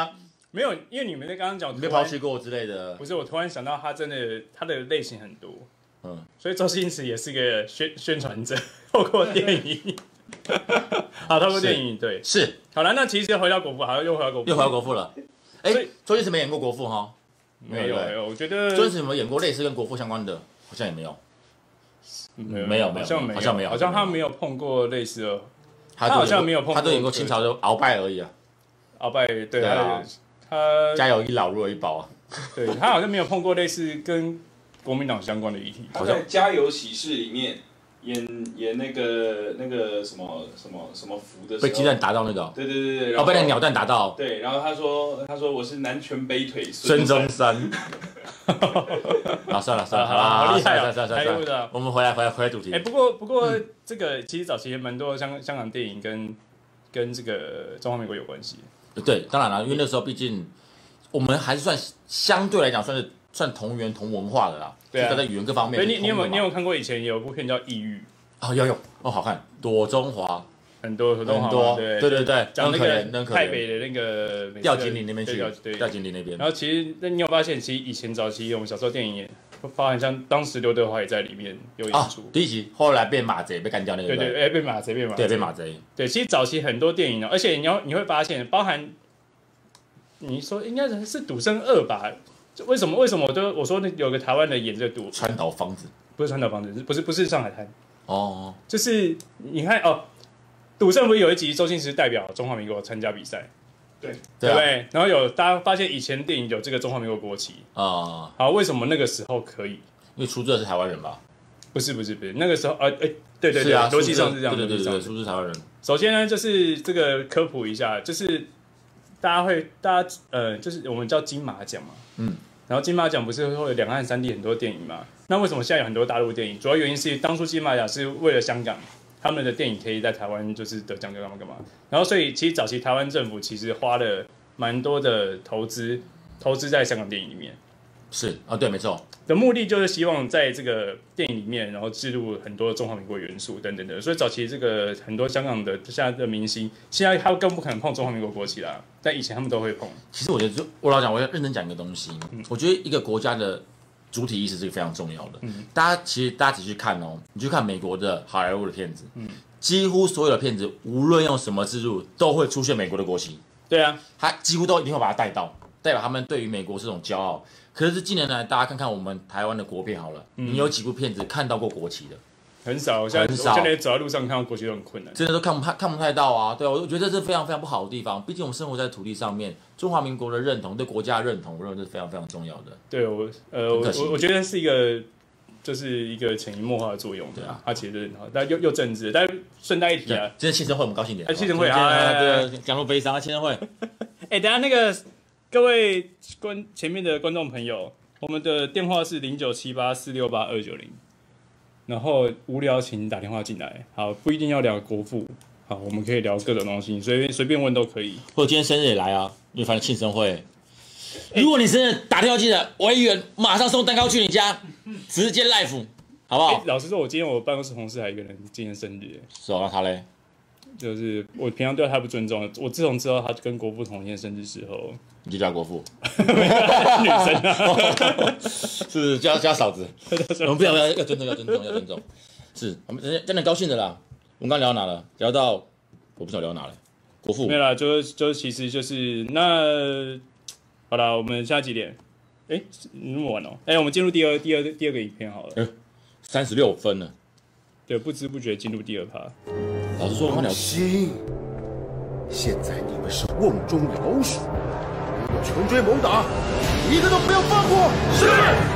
没有，因为你们在刚刚讲， 没抛弃过之类的。 不是，我突然想到，他的类型很多，所以周星驰也是个宣传者，透过电影，好，透过电影，对， 是， 好了，那其实回到国父，好，又回到国父了。哎，周星驰没演过国父哈？ 没有，我觉得周星驰有没有演过类似跟国父相关的？好像也没有。没有， 好像他没有碰过类似的， 他好像没有碰过， 他都演过清朝的鳌拜而已啊。 鳌拜对啊， 他家有一老如有一宝啊。 对他好像没有碰过类似跟国民党相关的议题。 他在《家有喜事》里面演那个什么福的时候， 被鸡蛋打到那个。 对， 然后被那个鸟蛋打到。 对，然后他说我是南拳北腿孙中山。好，算了， 好厉害啊！ 算，我们回来主题。 不过这个其实早期也蛮多香港电影跟这个中华民国有关系。 对，当然了，因为那时候毕竟我们还是算相对来讲算同源同文化的啦。对啊，在语言各方面。 你有看过以前有部片叫《异域》？ 哦，有好看，朵中华。 很多， 对， 讲那个台北的那个吊井岭那边去， 吊井岭那边。然后其实你有发现，其实以前早期我们小时候电影也包含像当时刘德华也在里面有演出。 第一集后来变马贼被干掉那个。 对，被马贼。 对，被马贼。 对，其实早期很多电影，而且你会发现，包含你说应该是赌圣2吧？为什么我说那有个台湾的演这赌川岛芳子， 不是川岛芳子，不是上海滩哦， 就是你看哦。赌圣不是有一集周星驰代表中华民国参加比赛，对不对？然后大家发现以前电影有这个中华民国国旗啊，好，为什么那个时候可以？ 因为出自的是台湾人吧？ 不是，那个时候对，逻辑上是这样， 对，出自台湾人。 首先呢，就是这个科普一下，就是大家就是我们叫金马奖嘛，然后金马奖不是会有两岸三地很多电影嘛？那为什么现在有很多大陆电影？主要原因是当初金马奖是为了香港。他们的电影可以在台湾就是得奖干嘛，然后所以其实早期台湾政府其实花了蛮多的投资在香港电影里面， 是啊，对，没错， 的目的就是希望在这个电影里面，然后置入很多中华民国元素等等的，所以早期这个很多香港的现在的明星，现在他更不可能碰中华民国国旗啦，但以前他们都会碰。 其实我觉得，我老讲，我要认真讲一个东西，我觉得一个国家的主体意识是非常重要的。大家仔细去看哦，你去看美国的好莱坞的片子，几乎所有的片子，无论用什么植入，都会出现美国的国旗。 对啊， 他几乎都一定会把它带到，代表他们对于美国是种骄傲。可是近年来，大家看看我们台湾的国片好了，你有几部片子看到过国旗的？ 很少，我现在走在路上看到国旗都很困难， 真的都看不太到啊。对，我觉得这是非常非常不好的地方。毕竟我们生活在土地上面，中华民国的认同、对国家的认同，我认为是非常非常重要的。 对我觉得是一个，就是一个潜移默化的作用。对啊，它其实认同，但又政治。但顺带一提啊， 今天庆生会我们高兴点。 庆生会啊， 对，讲入悲伤啊，庆生会。 等一下那个各位前面的观众朋友，我们的电话是0978468290。然后无聊请打电话进来，好，不一定要聊国父，好，我们可以聊各种东西，随便问都可以。 或者今天生日也来啊，因为反正庆生会。如果你生日打电话进来，我一元马上送蛋糕去你家，直接 live， 好不好？ 老实说，我今天我办公室同事还有一个人今天生日， 是哦，那他嘞？ 就是我平常对他不尊重，我自从知道他跟国父同一天生日之后， 你就叫国父， 女生啊， 是叫嫂子，我们不要尊重，是我们真的高兴的啦。我们刚聊到哪了？聊到我不知道聊到哪了，国父没有啦，就其实就是那好啦，我们现在几点？那么晚哦，我们进入第二个影片好了 ，36分了， 对，不知不觉进入第2趴。 老实说，我聊心，现在你们是瓮中老鼠，如果穷追猛打，一个都不要放过。是。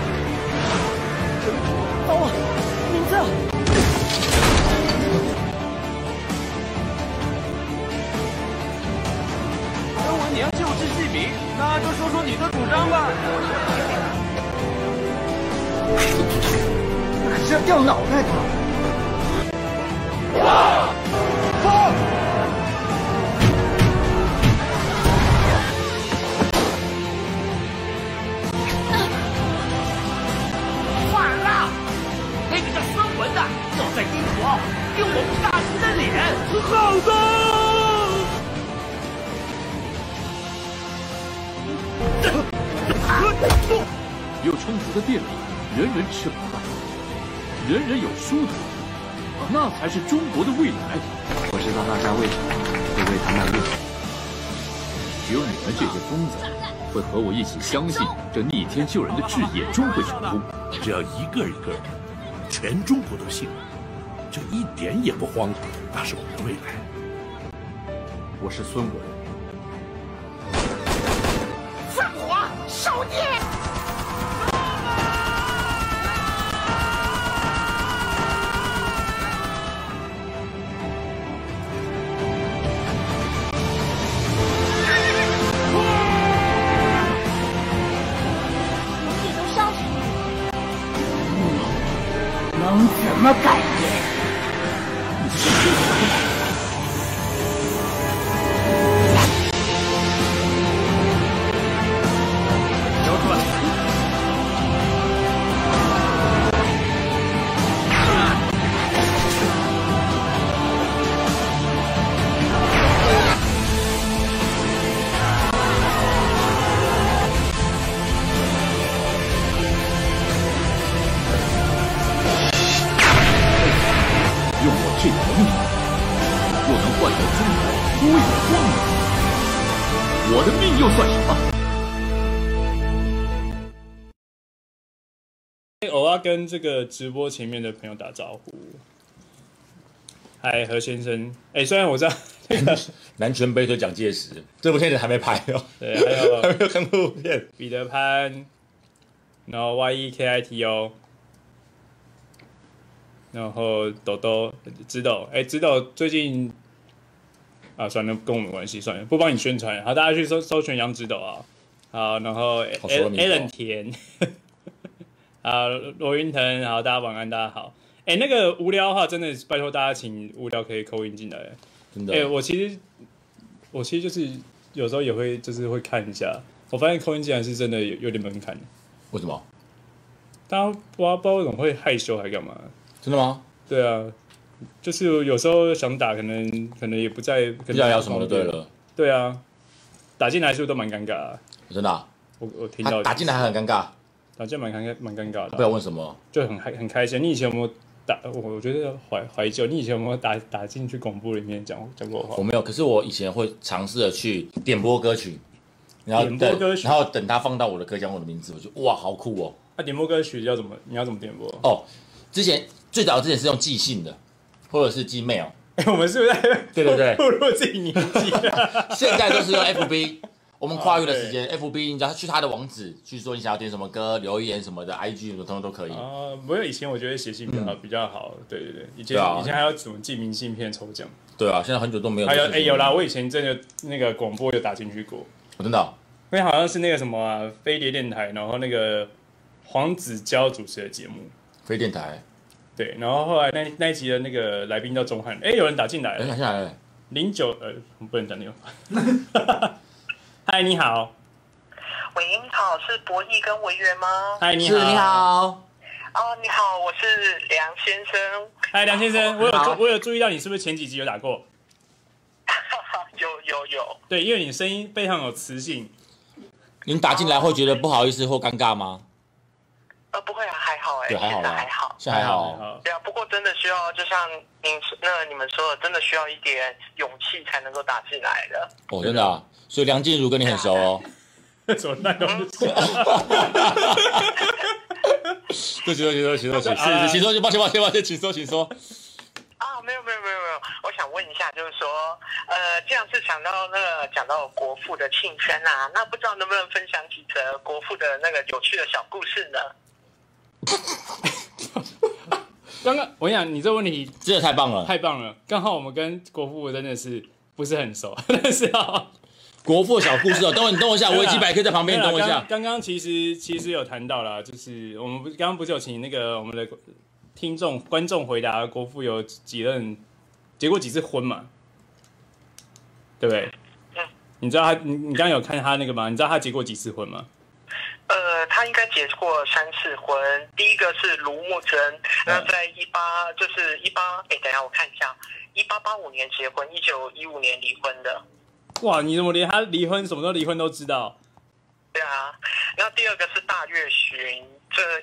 哦，名字。 跟我娘旧事细比，那就说说你的主张吧。 那可是要掉脑袋的。 反了！那个叫孙文的要在英国丢我们大师的脸。好的。 有充足的电力，人人吃饱饭，人人有书读，那才是中国的未来。 我知道大家为什么会为他卖命。 只有你们这些疯子会和我一起相信这逆天救人的志业终会成功。 只要一个一个，全中国都信了，就一点也不慌。那是我们的未来。 我是孙文。 放火！受孽！能怎么改变？ 交出来！ 这条命若能换得中国多一点光明，我的命又算什么？ 我要跟这个直播前面的朋友打招呼。嗨，何先生。虽然我知道那个南拳北腿蒋介石这部片子还没拍哦， 对，还有还没有看过部片。 彼得潘，然后 YEKITO。然后豆豆知道，知道最近啊，算了，跟我没关系，算了，不帮你宣传。好，大家去搜寻杨指导啊。好，然后 Alan 田，好，罗云腾，好，大家晚安，大家好。那个无聊的话，真的拜托大家，请无聊可以扣音进来。 真的。 我其实就是有时候也会就是会看一下，我发现扣音进来是真的有点门槛。 为什么？ 大家不知道为什么会害羞还干嘛？ 真的吗？ 对啊，就是有时候想打，可能也不在， 不知道要什么的，对了。 对啊，打进来是不是都蛮尴尬的？ 真的、啊？ 我听到打进来还很尴尬， 打进来蛮尴尬的、啊。 不要问什么， 就很开心。你以前有没有打？我觉得怀旧。你以前有没有打进去广播里面讲过话？ 我没有，可是我以前会尝试的去点播歌曲，然后等他放到我的歌讲我的名字，我就哇好酷哦。 那点播歌曲要怎么？你要怎么点播？ 哦，最早之前是用寄信的，或者是寄 mail。 我们是不是在对不对？ 暴露自己年纪啊？ 现在都是用 FB。我们跨越的时间 ，FB 你只要去他的网址，去说你想要点什么歌、留言什么的 ，IG 什么通通都可以。 没有以前我觉得写信比较好，对，以前还要怎么寄明信片抽奖。 对啊，现在很久都没有。 还有有啦，我以前真的那个广播有打进去过。 真的、哦？ 因为好像是那个什么啊，飞碟电台，然后那个黄子佼主持的节目。 飞电台。 对，然后后来那一集的那个来宾叫钟汉，有人打进来了， 打进来了 09不能讲那个。嗨，你好。 喂，你好，是博弈跟维园吗？ 嗨，你好。 你好。 哦，你好，我是梁先生。 嗨，梁先生，我有注意到你是不是前几集有打过？ 有。 对，因为你声音非常有磁性。 您打进来会觉得不好意思或尴尬吗？ 不会啊，还好对，还好啦， 现在还好。 对啊，不过真的需要，就像你们说的，真的需要一点勇气才能够打进来的。 哦，真的啊，所以梁静茹跟你很熟哦。 什么烂东西？ 对，请说，抱歉，请说。 啊，没有，我想问一下，就是说，这样是讲到国父的庆生啊，那不知道能不能分享几则国父的那个有趣的小故事呢？ 刚刚我跟你讲，你这个问题真的太棒了， 刚好我们跟国父真的是不是很熟，但是国父小故事哦，等我一下，维基百科在旁边，等我一下。 刚刚其实有谈到啦，就是我们刚刚不是有请那个我们的观众回答国父有结过几次婚嘛？对不对？你知道你刚刚有看他那个吗？你知道他结过几次婚吗？ 他应该结过3次婚，第一个是卢慕贞，那在等一下我看一下，1885年结婚，1915年离婚的。 哇，你怎么连他离婚什么时候离婚都知道？ 对啊，那第二个是大月寻，这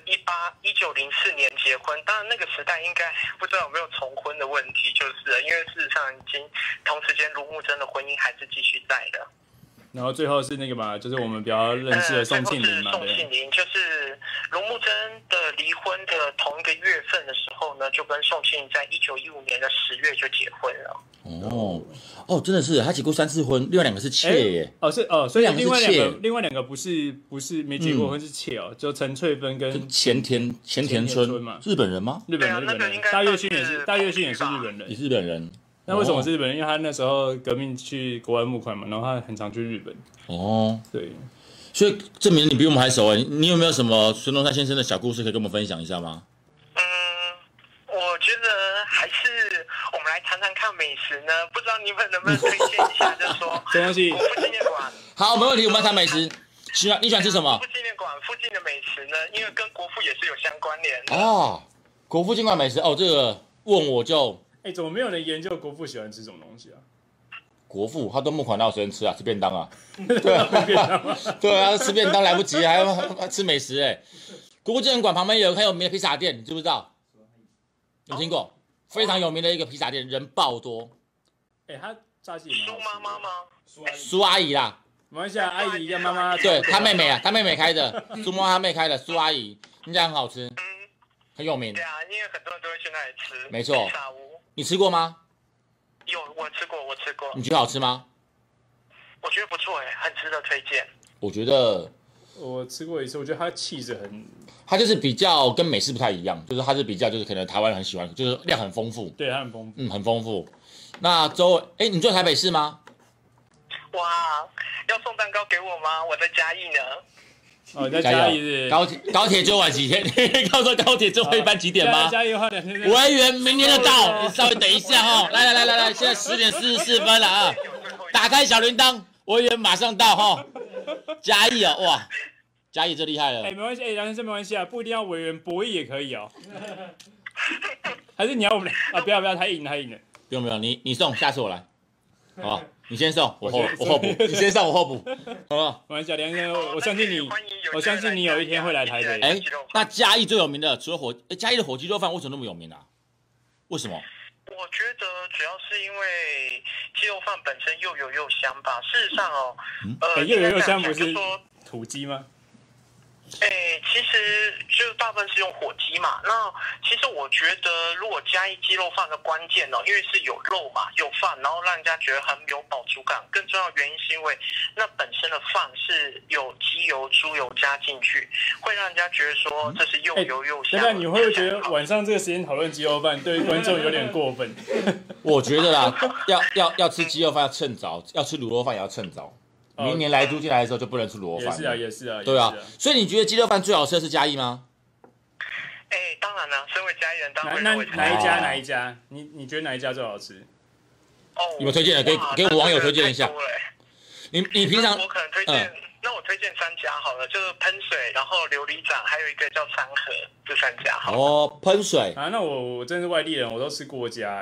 1904年结婚，当然那个时代应该不知道有没有重婚的问题，就是了因为事实上已经同时间卢慕贞的婚姻还是继续在的。 然后最后是那个嘛，就是我们比较认识的宋庆龄嘛， 宋庆龄就是卢慕贞的离婚的同一个月份的时候呢，就跟宋庆龄在1915年的10月就结婚了。 真的是他结过3次婚，另外2个是妾耶。 所以另外两个不是没结过婚是妾哦，就陈翠芬跟前田春嘛， 日本人吗？ 日本人，大月薰也是日本人， 也是日本人。 那为什么是日本人？因为他那时候革命去国外募款嘛，然后他很常去日本。对， 所以证明你比我们还熟哎。你有没有什么孙中山先生的小故事可以跟我们分享一下吗？ 我觉得还是我们来谈谈看美食呢，不知道你们能不能推荐一下，就是说什么东西？ 国父纪念馆。 好，没问题，我们来谈美食。你喜欢吃什么？ 国父纪念馆附近的美食呢，因为跟国父也是有相关联的。 国父纪念馆美食这个问我就， 怎么没有人研究国父喜欢吃什么东西啊？ 国父他都募款到时间吃啊，吃便当啊。对啊，对啊，吃便当来不及，还要吃美食哎。国父纪念馆旁边有很有名的披萨店，你知不知道？有听过？非常有名的一个披萨店，人爆多。 他炸鸡苏妈妈吗？ 苏阿姨啦， 没关系啊，阿姨跟妈妈。 对，她妹妹啊，她妹妹开的，苏妈她妹开的，苏阿姨，人家很好吃，很有名。 对啊，因为很多人都会去那里吃。 没错。你吃过吗？ 有，我吃过。 你觉得好吃吗？ 我觉得不错很值得推荐。 我觉得我吃过一次，我觉得它气质它就是比较跟美式不太一样，就是它是比较就是可能台湾人很喜欢，就是量很丰富。 对，它很丰富。 很丰富。那你住台北市吗？ 哇，要送蛋糕给我吗？我在嘉义呢。 在嘉义是高铁最晚几天？你告诉我高铁最后一班几点吗？ 嘉义的话2天。 委员明天就到，你稍微等一下来，现在10点44分了啊！打开小铃铛，委员马上到嘉义哇！嘉义最厉害了。 没关系，梁先生没关系啊，不一定要委员博弈也可以哦。还是你要我们不要太硬了。 不用，你送，下次我来，好不好？你先送，我后补。你先上，我后补，好不好？ 没关系，梁先生，我相信你有一天会来台北。 那嘉义最有名的除了嘉义的火鸡肉饭为什么那么有名啊？为什么？ 我觉得主要是因为鸡肉饭本身又油又香吧。事实上又油又香不是土鸡吗？ 其实就大部分是用火鸡嘛。那其实我觉得，如果嘉义鸡肉饭的关键因为是有肉嘛，有饭，然后让人家觉得很有饱足感。更重要的原因是因为那本身的饭是有鸡油、猪油加进去，会让人家觉得说这是又油又香。 那你会不会觉得晚上这个时间讨论鸡肉饭对观众有点过分？ 我觉得啦，要吃鸡肉饭要趁早，要吃卤肉饭也要趁早。明年来猪进来的时候就不能吃卤肉饭。 也是啊。 对啊，所以你觉得鸡肉饭最好吃的是嘉义吗？ 当然了，身为嘉义人，当然会。 哪一家？你觉得哪一家最好吃？ 有没有推荐的？给我网友推荐一下。你平常我可能推荐，那我推荐3家好了，就是喷水，然后琉璃掌，还有一个叫三和，这3家好了。 喷水啊，那我真是外地人，我都吃郭家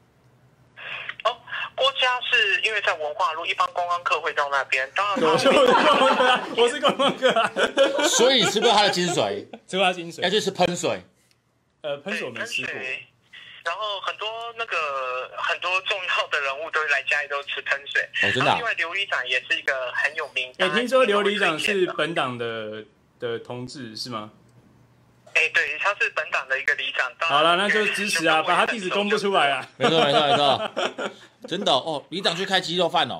郭家是因为在文化路，一般观光客会到那边。当然， 我是观光客啊。 所以吃过他的金水，要去吃喷水。 喷水我没吃过。 然后很多重要的人物都来嘉义都吃喷水。 真的。 另外琉璃掌也是一个很有名。 听说琉璃掌是本党的同志是吗？ 对，他是本党的一个里长。 好了，那就支持啊，把他地址公布出来啊。 没错，真的里长去开鸡肉饭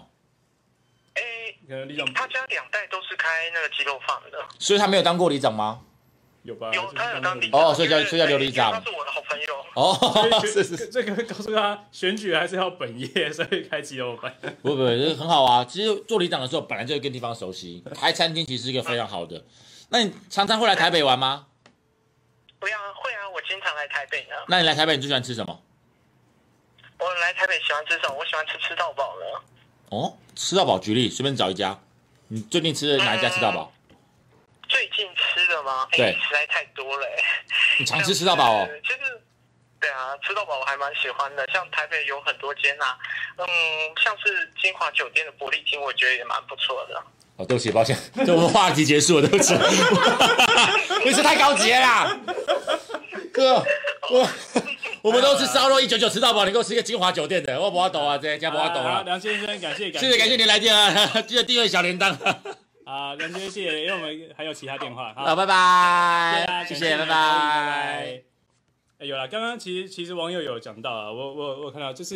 他家2代都是开那个鸡肉饭的。 所以他没有当过里长吗？ 有吧？ 他有当里长。 所以叫琉璃长。 他是我的好朋友。 是这个告诉他，选举还是要本业，所以开鸡肉饭。 不，这很好啊。其实做里长的时候，本来就跟地方熟悉，开餐厅其实是一个非常好的。那你常常会来台北玩吗？ 会啊，我经常来台北呢。 那你来台北，你最喜欢吃什么？ 我来台北喜欢吃什么？我喜欢吃到饱了。 吃到饱，举例，随便找一家。你最近吃的哪一家吃到饱？ 最近吃的吗？ 对， 实在太多了。 你常吃到饱就是对啊，吃到饱我还蛮喜欢的。像台北有很多间像是金华酒店的伯利厅，我觉得也蛮不错的。 哦，对不起，抱歉，就我们话题结束了，对不起，你是太高级了啦，哥，我们都吃烧肉199吃到饱，你给我吃一个金华酒店的，我不要抖啊，这不要抖了。 梁先生，感谢谢您来电啊，记得订阅小铃铛。 梁先生，谢谢，因为我们还有其他电话。 好，拜拜，谢谢，拜拜。 有啦，刚刚其实网友有讲到啊，我看到就是，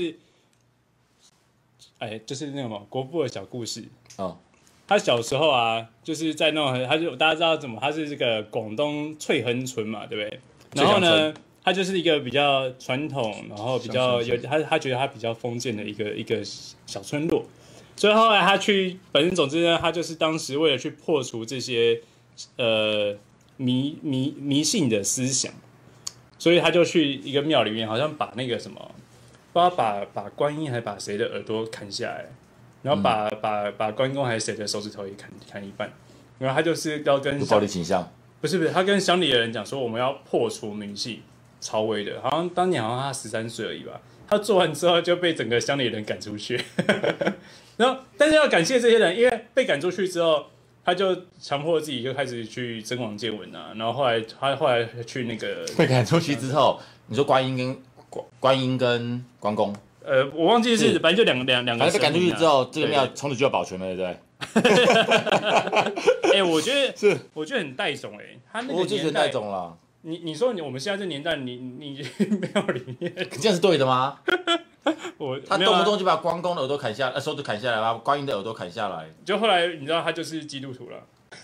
就是那个什么国父的小故事哦。他小时候啊，就是在那种，大家知道怎么，他是这个广东翠亨村嘛，对不对？然后呢，他就是一个比较传统，然后比较有他觉得他比较封建的一个小村落。所以后来他反正总之呢，他就是当时为了去破除这些迷信的思想，所以他就去一个庙里面，好像把那个什么，不知道把观音还把谁的耳朵砍下来，然后把关公还是谁的手指头也砍一半，然后他就是要跟暴力倾向， 不是，他跟乡里的人讲说我们要破除迷信，超威的，好像当年好像他13岁而已吧，他做完之后就被整个乡里人赶出去。然后，但是要感谢这些人，因为被赶出去之后，他就强迫自己就开始去增广见闻啊。然后他后来去那个被赶出去之后，你说观音跟关公， 我忘记是，反正就两个。反正被赶出去之后，这个庙从此就要保全了，对不对？我觉得很带种他那个年代很带种了。 你说我们现在这年代，你庙里面， 这样是对的吗？他动不动就把关公的耳朵砍下，手指砍下来，把观音的耳朵砍下来。 就后来你知道他就是基督徒了，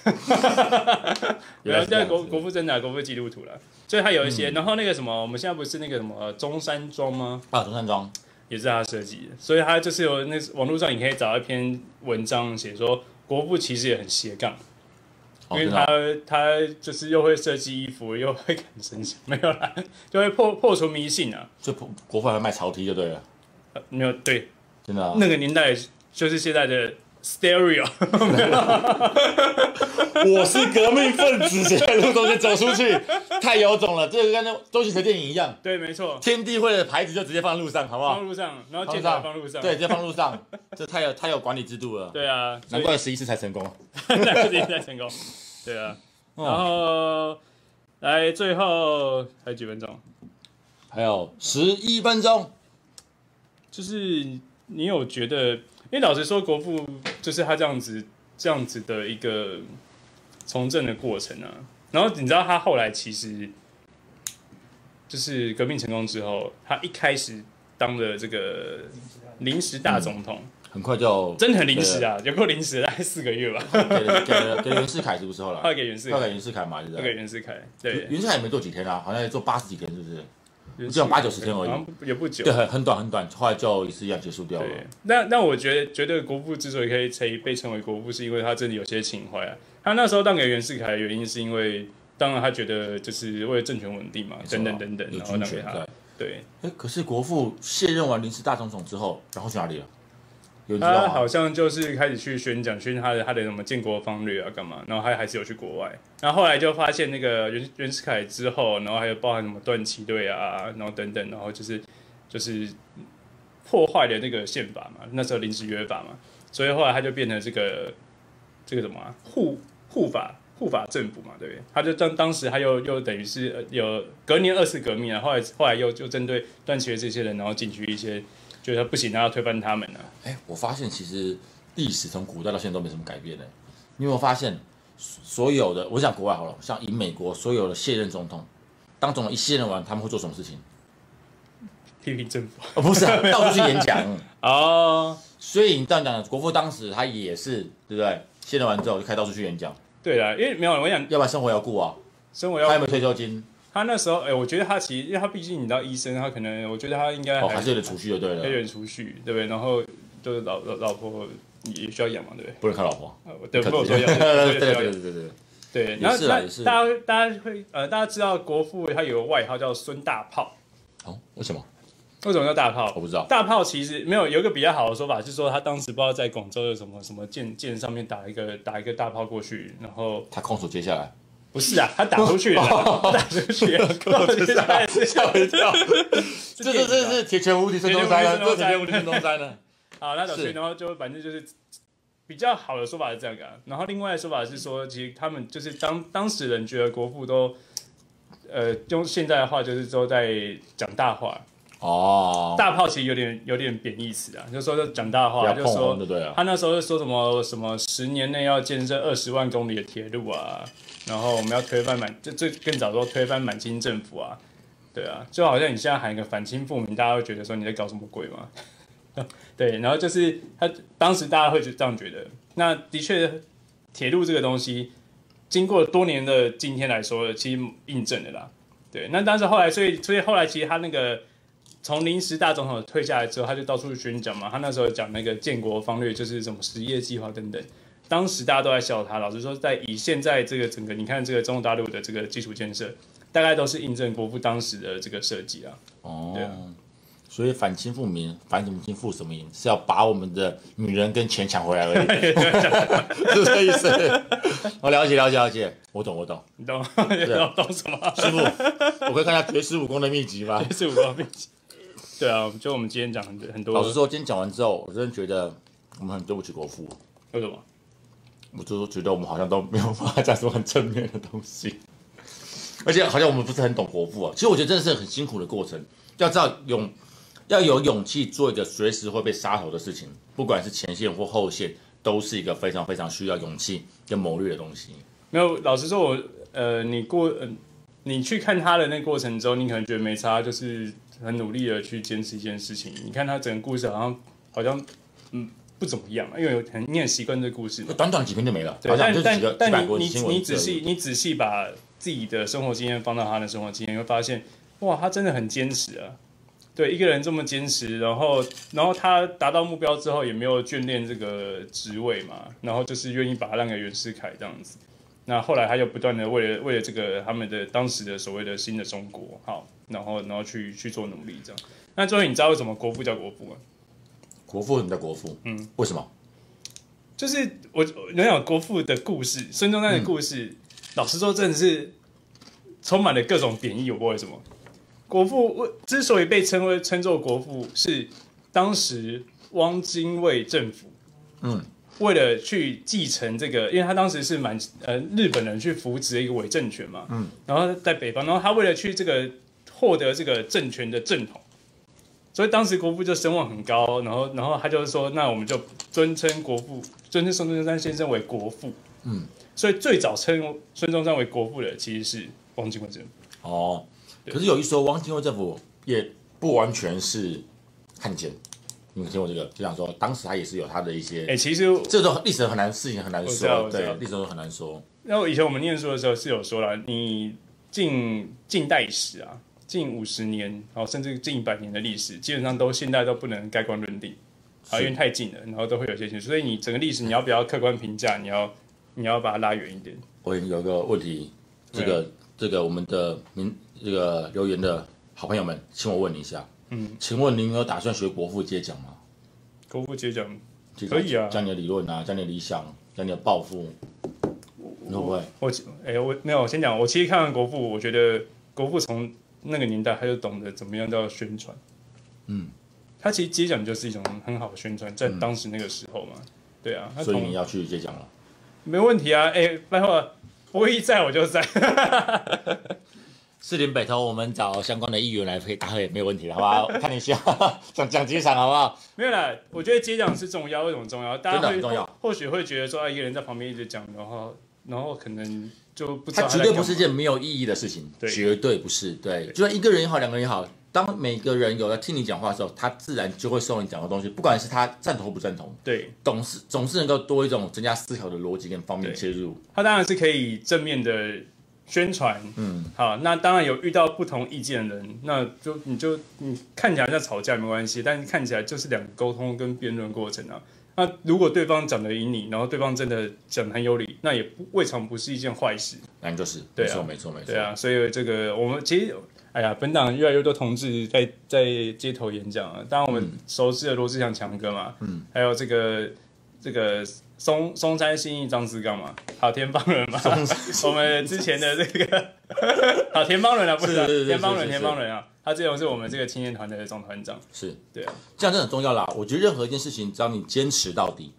然后在国父真的国父基督徒了，所以他有一些，然后那个什么，我们现在不是那个什么中山装吗？ 中山装也是他设计的，所以他就是有那网络上你可以找到一篇文章写说国父其实也很斜杠。因为他就是又会设计衣服，又会砍生肖，没有啦，就会破除迷信啊。 就国父还卖草 T 就对了， 没有对， 真的、 那个年代就是现在的 stereo。 我是革命分子，现在路中间走出去，太有种了。这个跟周星驰电影一样， 对，没错。 天地会的牌子就直接放路上，好不好？ 放路上，然后剑桥放路上， 对，直接放路上，这太有管理制度了。 对啊， 难怪11次才成功， 难怪11次才成功。对啊，然后来最后还有几分钟？ 还有11分钟。 就是你有觉得，因为老实说，国父就是他这样子的一个从政的过程啊。然后你知道他后来其实就是革命成功之后，他一开始当了这个临时大总统。 很快就真的很临时啊，有够临时，大概4个月吧。 给袁世凯是不是后来？ 后来给袁世凯嘛，对不对？ 给袁世凯，对。 袁世凯也没做几天啊，好像也做80几天，是不是？只有80-90天而已， 也不久。 对，很短，后来就一次一样结束掉了。 那我觉得国父之所以可以被称为国父，是因为他真的有些情怀啊。他那时候当给袁世凯的原因，是因为当然他觉得就是为了政权稳定嘛，等等，然后当给他。对。 可是国父卸任完临时大总统之后，然后去哪里了？ 他好像就是开始去宣他的什么建国方略啊，干嘛？然后他还是有去国外。然后后来就发现那个袁世凯之后，然后还有包含什么段祺瑞啊，然后等等，然后就是破坏了那个宪法嘛，那时候临时约法嘛，所以后来他就变成这个什么护法政府嘛，对不对？他就当时他又等于是有隔年2次革命啊，后来又针对段祺瑞这些人，然后进去一些。觉得他不行，他要推翻他们啊！ 我发现其实历史从古代到现在都没什么改变的。你有没有发现，所有的我讲国外好了，像以美国所有的卸任总统，当总统一卸任完，他们会做什么事情？ 批评政府？ 不是、到处去演讲哦。 所以你这样讲，国父当时他也是对不对？卸任完之后就开到处去演讲。 对啦，因为没有我想， 要不然生活要顾啊，他有没有退休金？ 他那时候，我觉得他其实，因为他毕竟你知道医生，他可能，我觉得他应该还是有点储蓄就对了， 有点储蓄，对不对？然后就是老婆也需要养嘛，对不对？ 不能看老婆， 对，不能说养，对。然后大家会大家知道国父他有个外号叫孙大炮， 为什么？ 为什么叫大炮？ 我不知道。 大炮其实有一个比较好的说法，是说他当时不知道在广州的什么舰上面打一个大炮过去，然后他空手接下来。 不是啊，他打出去了，打出去了，吓我一跳。 这是铁拳无敌孙中山了，这铁拳无敌孙中山了。 好，那打出去，然后就反正就是比较好的说法是这样啊，然后另外的说法是说，其实他们就是当时人觉得国父都，用现在的话就是都在讲大话。哦，大炮其实有点贬义词啊，就说讲大话，就说他那时候就说什么10年内要建设20万公里的铁路啊，然后我们要推翻最更早说推翻满清政府啊，对啊，就好像你现在喊一个反清复明，大家会觉得说你在搞什么鬼嘛？对，然后就是当时大家会这样觉得。那的确，铁路这个东西，经过多年的今天来说，其实印证了啦。对，那但是后来，所以后来其实他那个从临时大总统退下来之后，他就到处宣讲嘛。他那时候讲那个建国方略，就是什么10页计划等等。当时大家都在笑他。老实说，以现在这个整个，你看这个中国大陆的这个基础建设，大概都是印证国父当时的这个设计啊。哦，对啊。 所以反清复明，反什么清复什么明，是要把我们的女人跟钱抢回来而已，是这意思。我了解，我懂。 你懂什么？ 师傅，我可以看一下绝世武功的秘籍吗？ 绝世武功秘籍。对啊，就我们今天讲很多。 老实说，今天讲完之后，我真的觉得我们很对不起国父。 为什么？ 我就觉得我们好像都没有办法讲出很正面的东西，而且好像我们不是很懂国父啊。其实我觉得真的是很辛苦的过程，要知道要有勇气做一个随时会被杀头的事情，不管是前线或后线，都是一个非常非常需要勇气跟谋略的东西。 没有，老实说你去看他的那过程中，你可能觉得没差，就是很努力的去坚持一件事情。你看他整个故事好像不怎么样，因为你很习惯这个故事， 短短几篇就没了。 对，但你仔细把自己的生活经验放到他的生活经验，你会发现，哇，他真的很坚持啊。对，一个人这么坚持，然后他达到目标之后，也没有眷恋这个职位嘛，然后就是愿意把他让给袁世凯这样子。那后来他又不断的为了这个他们的当时的所谓的新的中国，好，然后去做努力这样。那最后你知道为什么国父叫国父吗？ 国父为什么叫国父？为什么？ 就是我讲国父的故事，孙中山的故事，老实说真的是充满了各种贬义，我不知道为什么。国父之所以被称作国父，是当时汪精卫政府，为了去继承这个，因为他当时是日本人去扶植一个伪政权嘛，然后在北方，然后他为了去这个获得这个政权的正统，所以当时国父就声望很高，然后他就说，那我们就尊称孙中山先生为国父，所以最早称孙中山为国父的其实是汪精卫政府。 哦。可是有一说，汪精卫政府也不完全是汉奸。你有听过这个？就想说，当时他也是有他的一些， 其实这种历史事情很难说，对，历史都很难说。 然后以前我们念书的时候是有说了，你近代史啊，近50年，然后甚至近100年的历史，基本上现在都不能盖棺论定，因为太近了，然后都会有些情绪，所以你整个历史你要不要客观评价，你要把它拉远一点。 我有个问题，这个我们的这个留言的好朋友们，请我问你一下，请问您有打算学国父接讲吗？ 国父接讲可以啊， 讲你的理论啊，讲你的理想，讲你的抱负，你会不会？ 我没有，我先讲，我其实看完国父，我觉得国父从那个年代他就懂得怎么样叫宣传，他其实接讲就是一种很好的宣传，在当时那个时候嘛，对啊， 所以你要去接讲了， 没问题啊，拜托。博弈在我就在， 士林北投，我们找相关的议员来答会没有问题的，好不好？看你需要讲几场，好不好？ 没有啦，我觉得接讲是重要，为什么重要？大家或许会觉得说，一个人在旁边一直讲，然后可能就不知道他绝对不是件没有意义的事情，绝对不是。对，就算一个人也好，2个人也好，当每个人有在听你讲话的时候，他自然就会受你讲的东西，不管是他赞同不赞同， 对， 总是能够多一种增加思考的逻辑跟方面切入。 他当然是可以正面的宣传，好，那当然有遇到不同意见的人，那你看起来像吵架没关系，但是看起来就是2个沟通跟辩论过程啊。那如果对方讲得赢你，然后对方真的讲得很有理，那也未尝不是一件坏事。 那就是， 对啊， 没错。 对啊，所以这个我们其实，本党越来越多同志在街头演讲啊。当然我们熟知的罗志祥强哥嘛，还有这个松山信义张志刚嘛，还有田方伦嘛，我们之前的这个好田方伦啊，不是田方伦啊。他这种是我们这个青年团的总团长， 是对啊， 这样真的很重要啦。我觉得任何一件事情，只要你坚持到底，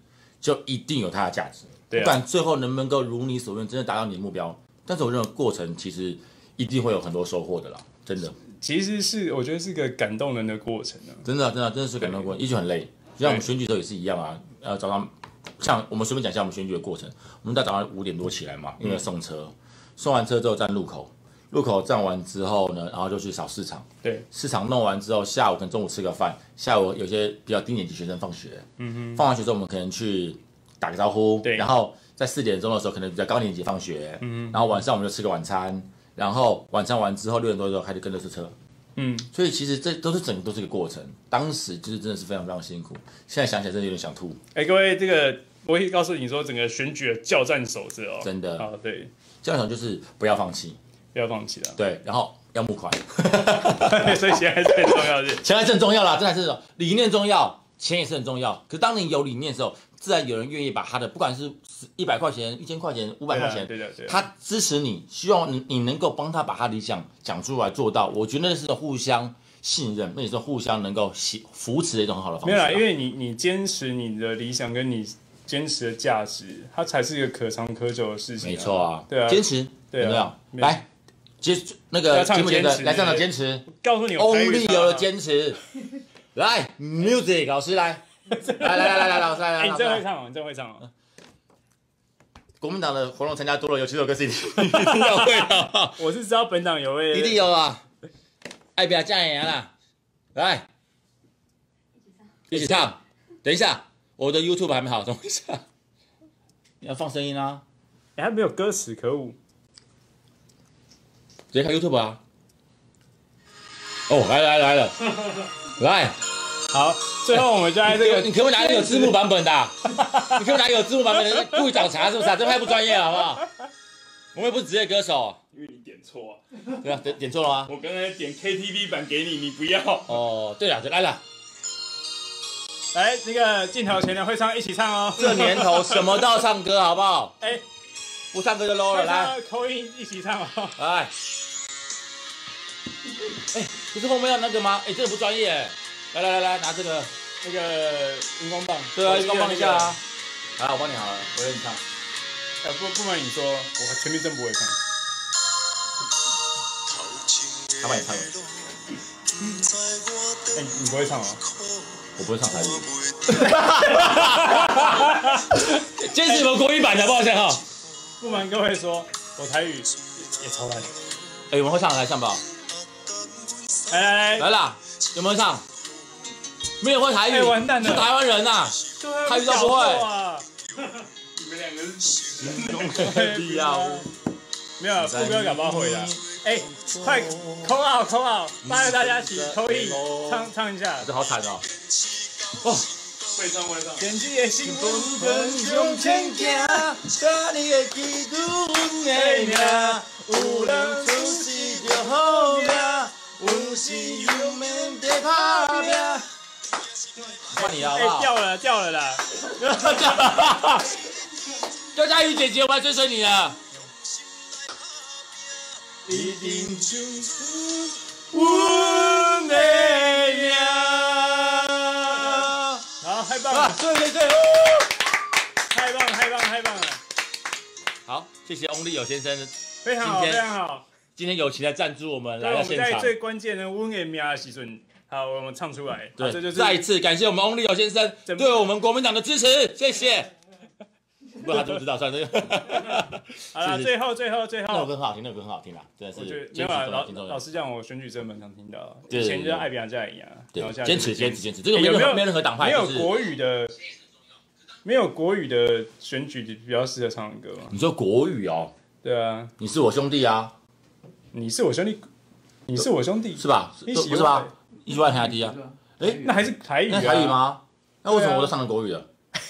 就一定有它的价值。不管最后能不能够如你所愿，真的达到你的目标，但是我认为过程其实一定会有很多收获的啦，真的。 其实我觉得是个感动人的过程啊， 真的是感动过程，一直很累，就像我们选举的时候也是一样啊，早上像我们随便讲一下我们选举的过程，我们在早上5点多起来嘛，因为送车，送完车之后站路口站完之后呢，然后就去扫市场， 对， 市场弄完之后，下午可能中午吃个饭，下午有些比较低年级学生放学，放完学之后我们可能去打个招呼，对，然后在4点钟的时候可能比较高年级放学，然后晚上我们就吃个晚餐，然后晚餐完之后6点多的时候开始跟着车。所以其实这都是整个都是一个过程，当时就是真的是非常非常辛苦，现在想起来真的有点想吐。 各位，这个我会告诉你说，整个选举的教战守则哦， 真的对， 教战守就是不要放弃， 不要放弃了， 对，然后要募款， 所以钱还是很重要的， 钱还是很重要啦，真的是理念重要，钱也是很重要。可是当你有理念的时候，自然有人愿意把他的不管是100块钱、1000块钱、500块钱，他支持你，希望你能够帮他把他理想讲出来做到。我觉得那是互相信任，那也是互相能够扶持的一种很好的方式。 没有啦，因为你坚持你的理想跟你坚持的价值，它才是一个可长可久的事情。 没错啊， 对啊， 坚持，对啊，来。那个节目前的来上场坚持， 告诉你 ，Only 有了坚持，来 music 老师来老师来， 你真会唱哦，你真会唱哦。 国民党的活动参加多了，有7首歌是一定要会的。 我是知道本党有位， 一定有啊，爱表加油啦，来一起唱。等一下，我的 YouTube 还没好，等一下，你要放声音啊。 还没有歌词，可恶。 直接开 YouTube 啊！哦，来了，来， 好，最后我们就在这个， 你可不可以拿一个有字幕版本的？你可不可以拿一个有字幕版本的？故意找茬是不是啊？这太不专业了，好不好？我们又不是职业歌手。 因为你点错啊。 对啊，点错了吗？ 我刚才点 KTV 版给你，你不要。 哦，对了，来了。 来，那个镜头前的会唱一起唱哦。 这年头什么都要唱歌，好不好？不唱歌就 low 了，来， 口音一起唱哦。 来。不是后面要那个吗？这个不专业。来，拿这个那个荧光棒。 对啊，荧光棒一下啊。好，我帮你好了，我让你唱。 不瞒你说，我前面真不会唱。 他帮你唱了。 你不会唱吗？ 我不会唱台语。坚持你们国语版的，抱歉哈。 不瞒各位说，我台语也超烂。 我们会唱来唱吧。 来啦，有没有唱？没有会台语， 完蛋了， 是台湾人呐，台语都不会。 你们两个是心中的力量。 没有，副歌搞不好会的。快扣好，拉着大家一起扣一唱一下。 这好惨哦。 会唱。 天气的兴奋向前行，把你的记住阮的名，有人出世就好命，阮是永远在打拼。换你了好不好？ 掉了啦！ 叫佳宇姐姐，我要追随你了。一定就是阮的命。 好，太棒了！ 对， 太棒了！ 好，谢谢翁立友先生， 非常好。 今天友情来赞助我们来到现场。 在最关键的阮的命的时候，好，我们唱出来。 对， 这就是再一次感谢我们翁立友先生对我们国民党的支持，谢谢。不知道他知不知道，算了。 好了，最后， 那首歌很好听，啦，真的是。 我觉得没有老实讲，我选举真的蛮常听到。以前就是爱比亚家一样， 对，坚持。这个没有任何党派， 没有国语的选举比较适合唱的歌吗？ 你说国语哦？ 对啊， 你是我兄弟啊， 你是我兄弟， 是吧？不是吧？1万台低啊？ 那还是台语？ 那台语吗？那为什么我都唱成国语了？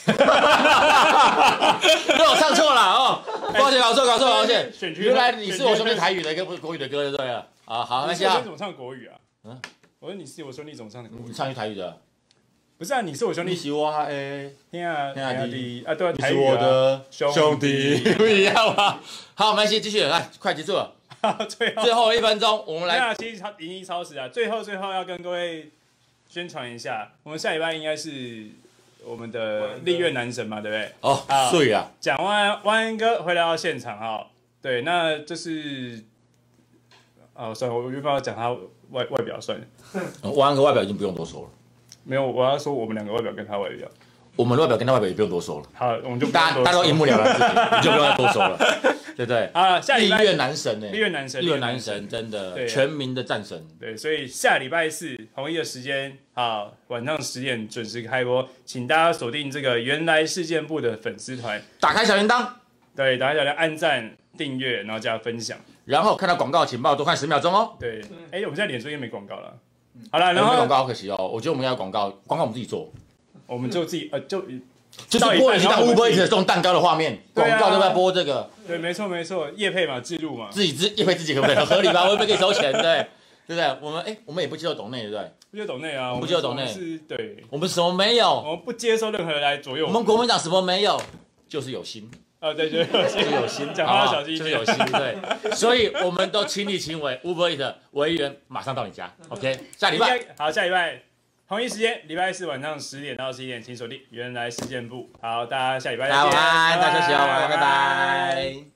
那我唱错了哦，抱歉，搞错。原来你是我兄弟台语的一个国语的歌就对了啊。好，那下。 你怎么唱国语啊？我说你是我兄弟怎么唱的国语？ 你唱台语的。 不是啊，你是我兄弟。 你是我的兄弟啊，对啊， 你是我的兄弟，不一样吗？好，没关系，继续来，快结束了。最后1分钟，我们来。 其实已经超时啊，最后要跟各位宣传一下，我们下礼拜应该是我们的立院男神嘛，对不对？ 哦，对啊。 讲完万安哥回来到现场哈，对，那就是算了，我原本要讲他外表算了。 万安哥外表已经不用多说了。 没有，我要说我们两个外表跟他外表。 我们的外表跟他外表也不用多说了。 好，我们就大家都一目了然，你就不用再多说了，对不对？ 啊，下礼拜立院男神呢？ 立院男神， 立院男神，真的全民的战神。 对，所以下礼拜四同一的时间，晚上10点准时开播，请大家锁定这个原来事件部的粉丝团， 打开小铃铛， 对，打开小铃铛，按赞、订阅，然后加分享， 然后看到广告请帮我多看10秒钟哦。 对，我们现在脸书也没广告了。好了，然后没广告好可惜哦，我觉得我们要广告我们自己做， 我们就自己就是播一道 Uber Eats 送蛋糕的画面，广告都在播这个。 对，没错，业配嘛，置入嘛， 自己业配自己可不可以？合理吧？我也不可以收钱，对不对？我们也不接受抖内，对不对？ 不接受抖内啊， 我们不接受抖内， 对， 我们什么没有？ 我们不接受任何人来左右。 我们国民党什么没有？就是有心。 对，就是有心，讲话小心一点， 就是有心，对。所以我们都亲力亲为 ，Uber Eats 委员马上到你家。OK， 下礼拜好，下礼拜。同一时间，礼拜四晚上10点到11点，请锁定原来事件部。好，大家下礼拜再见。 大家晚安，大家休息好，晚安，拜拜。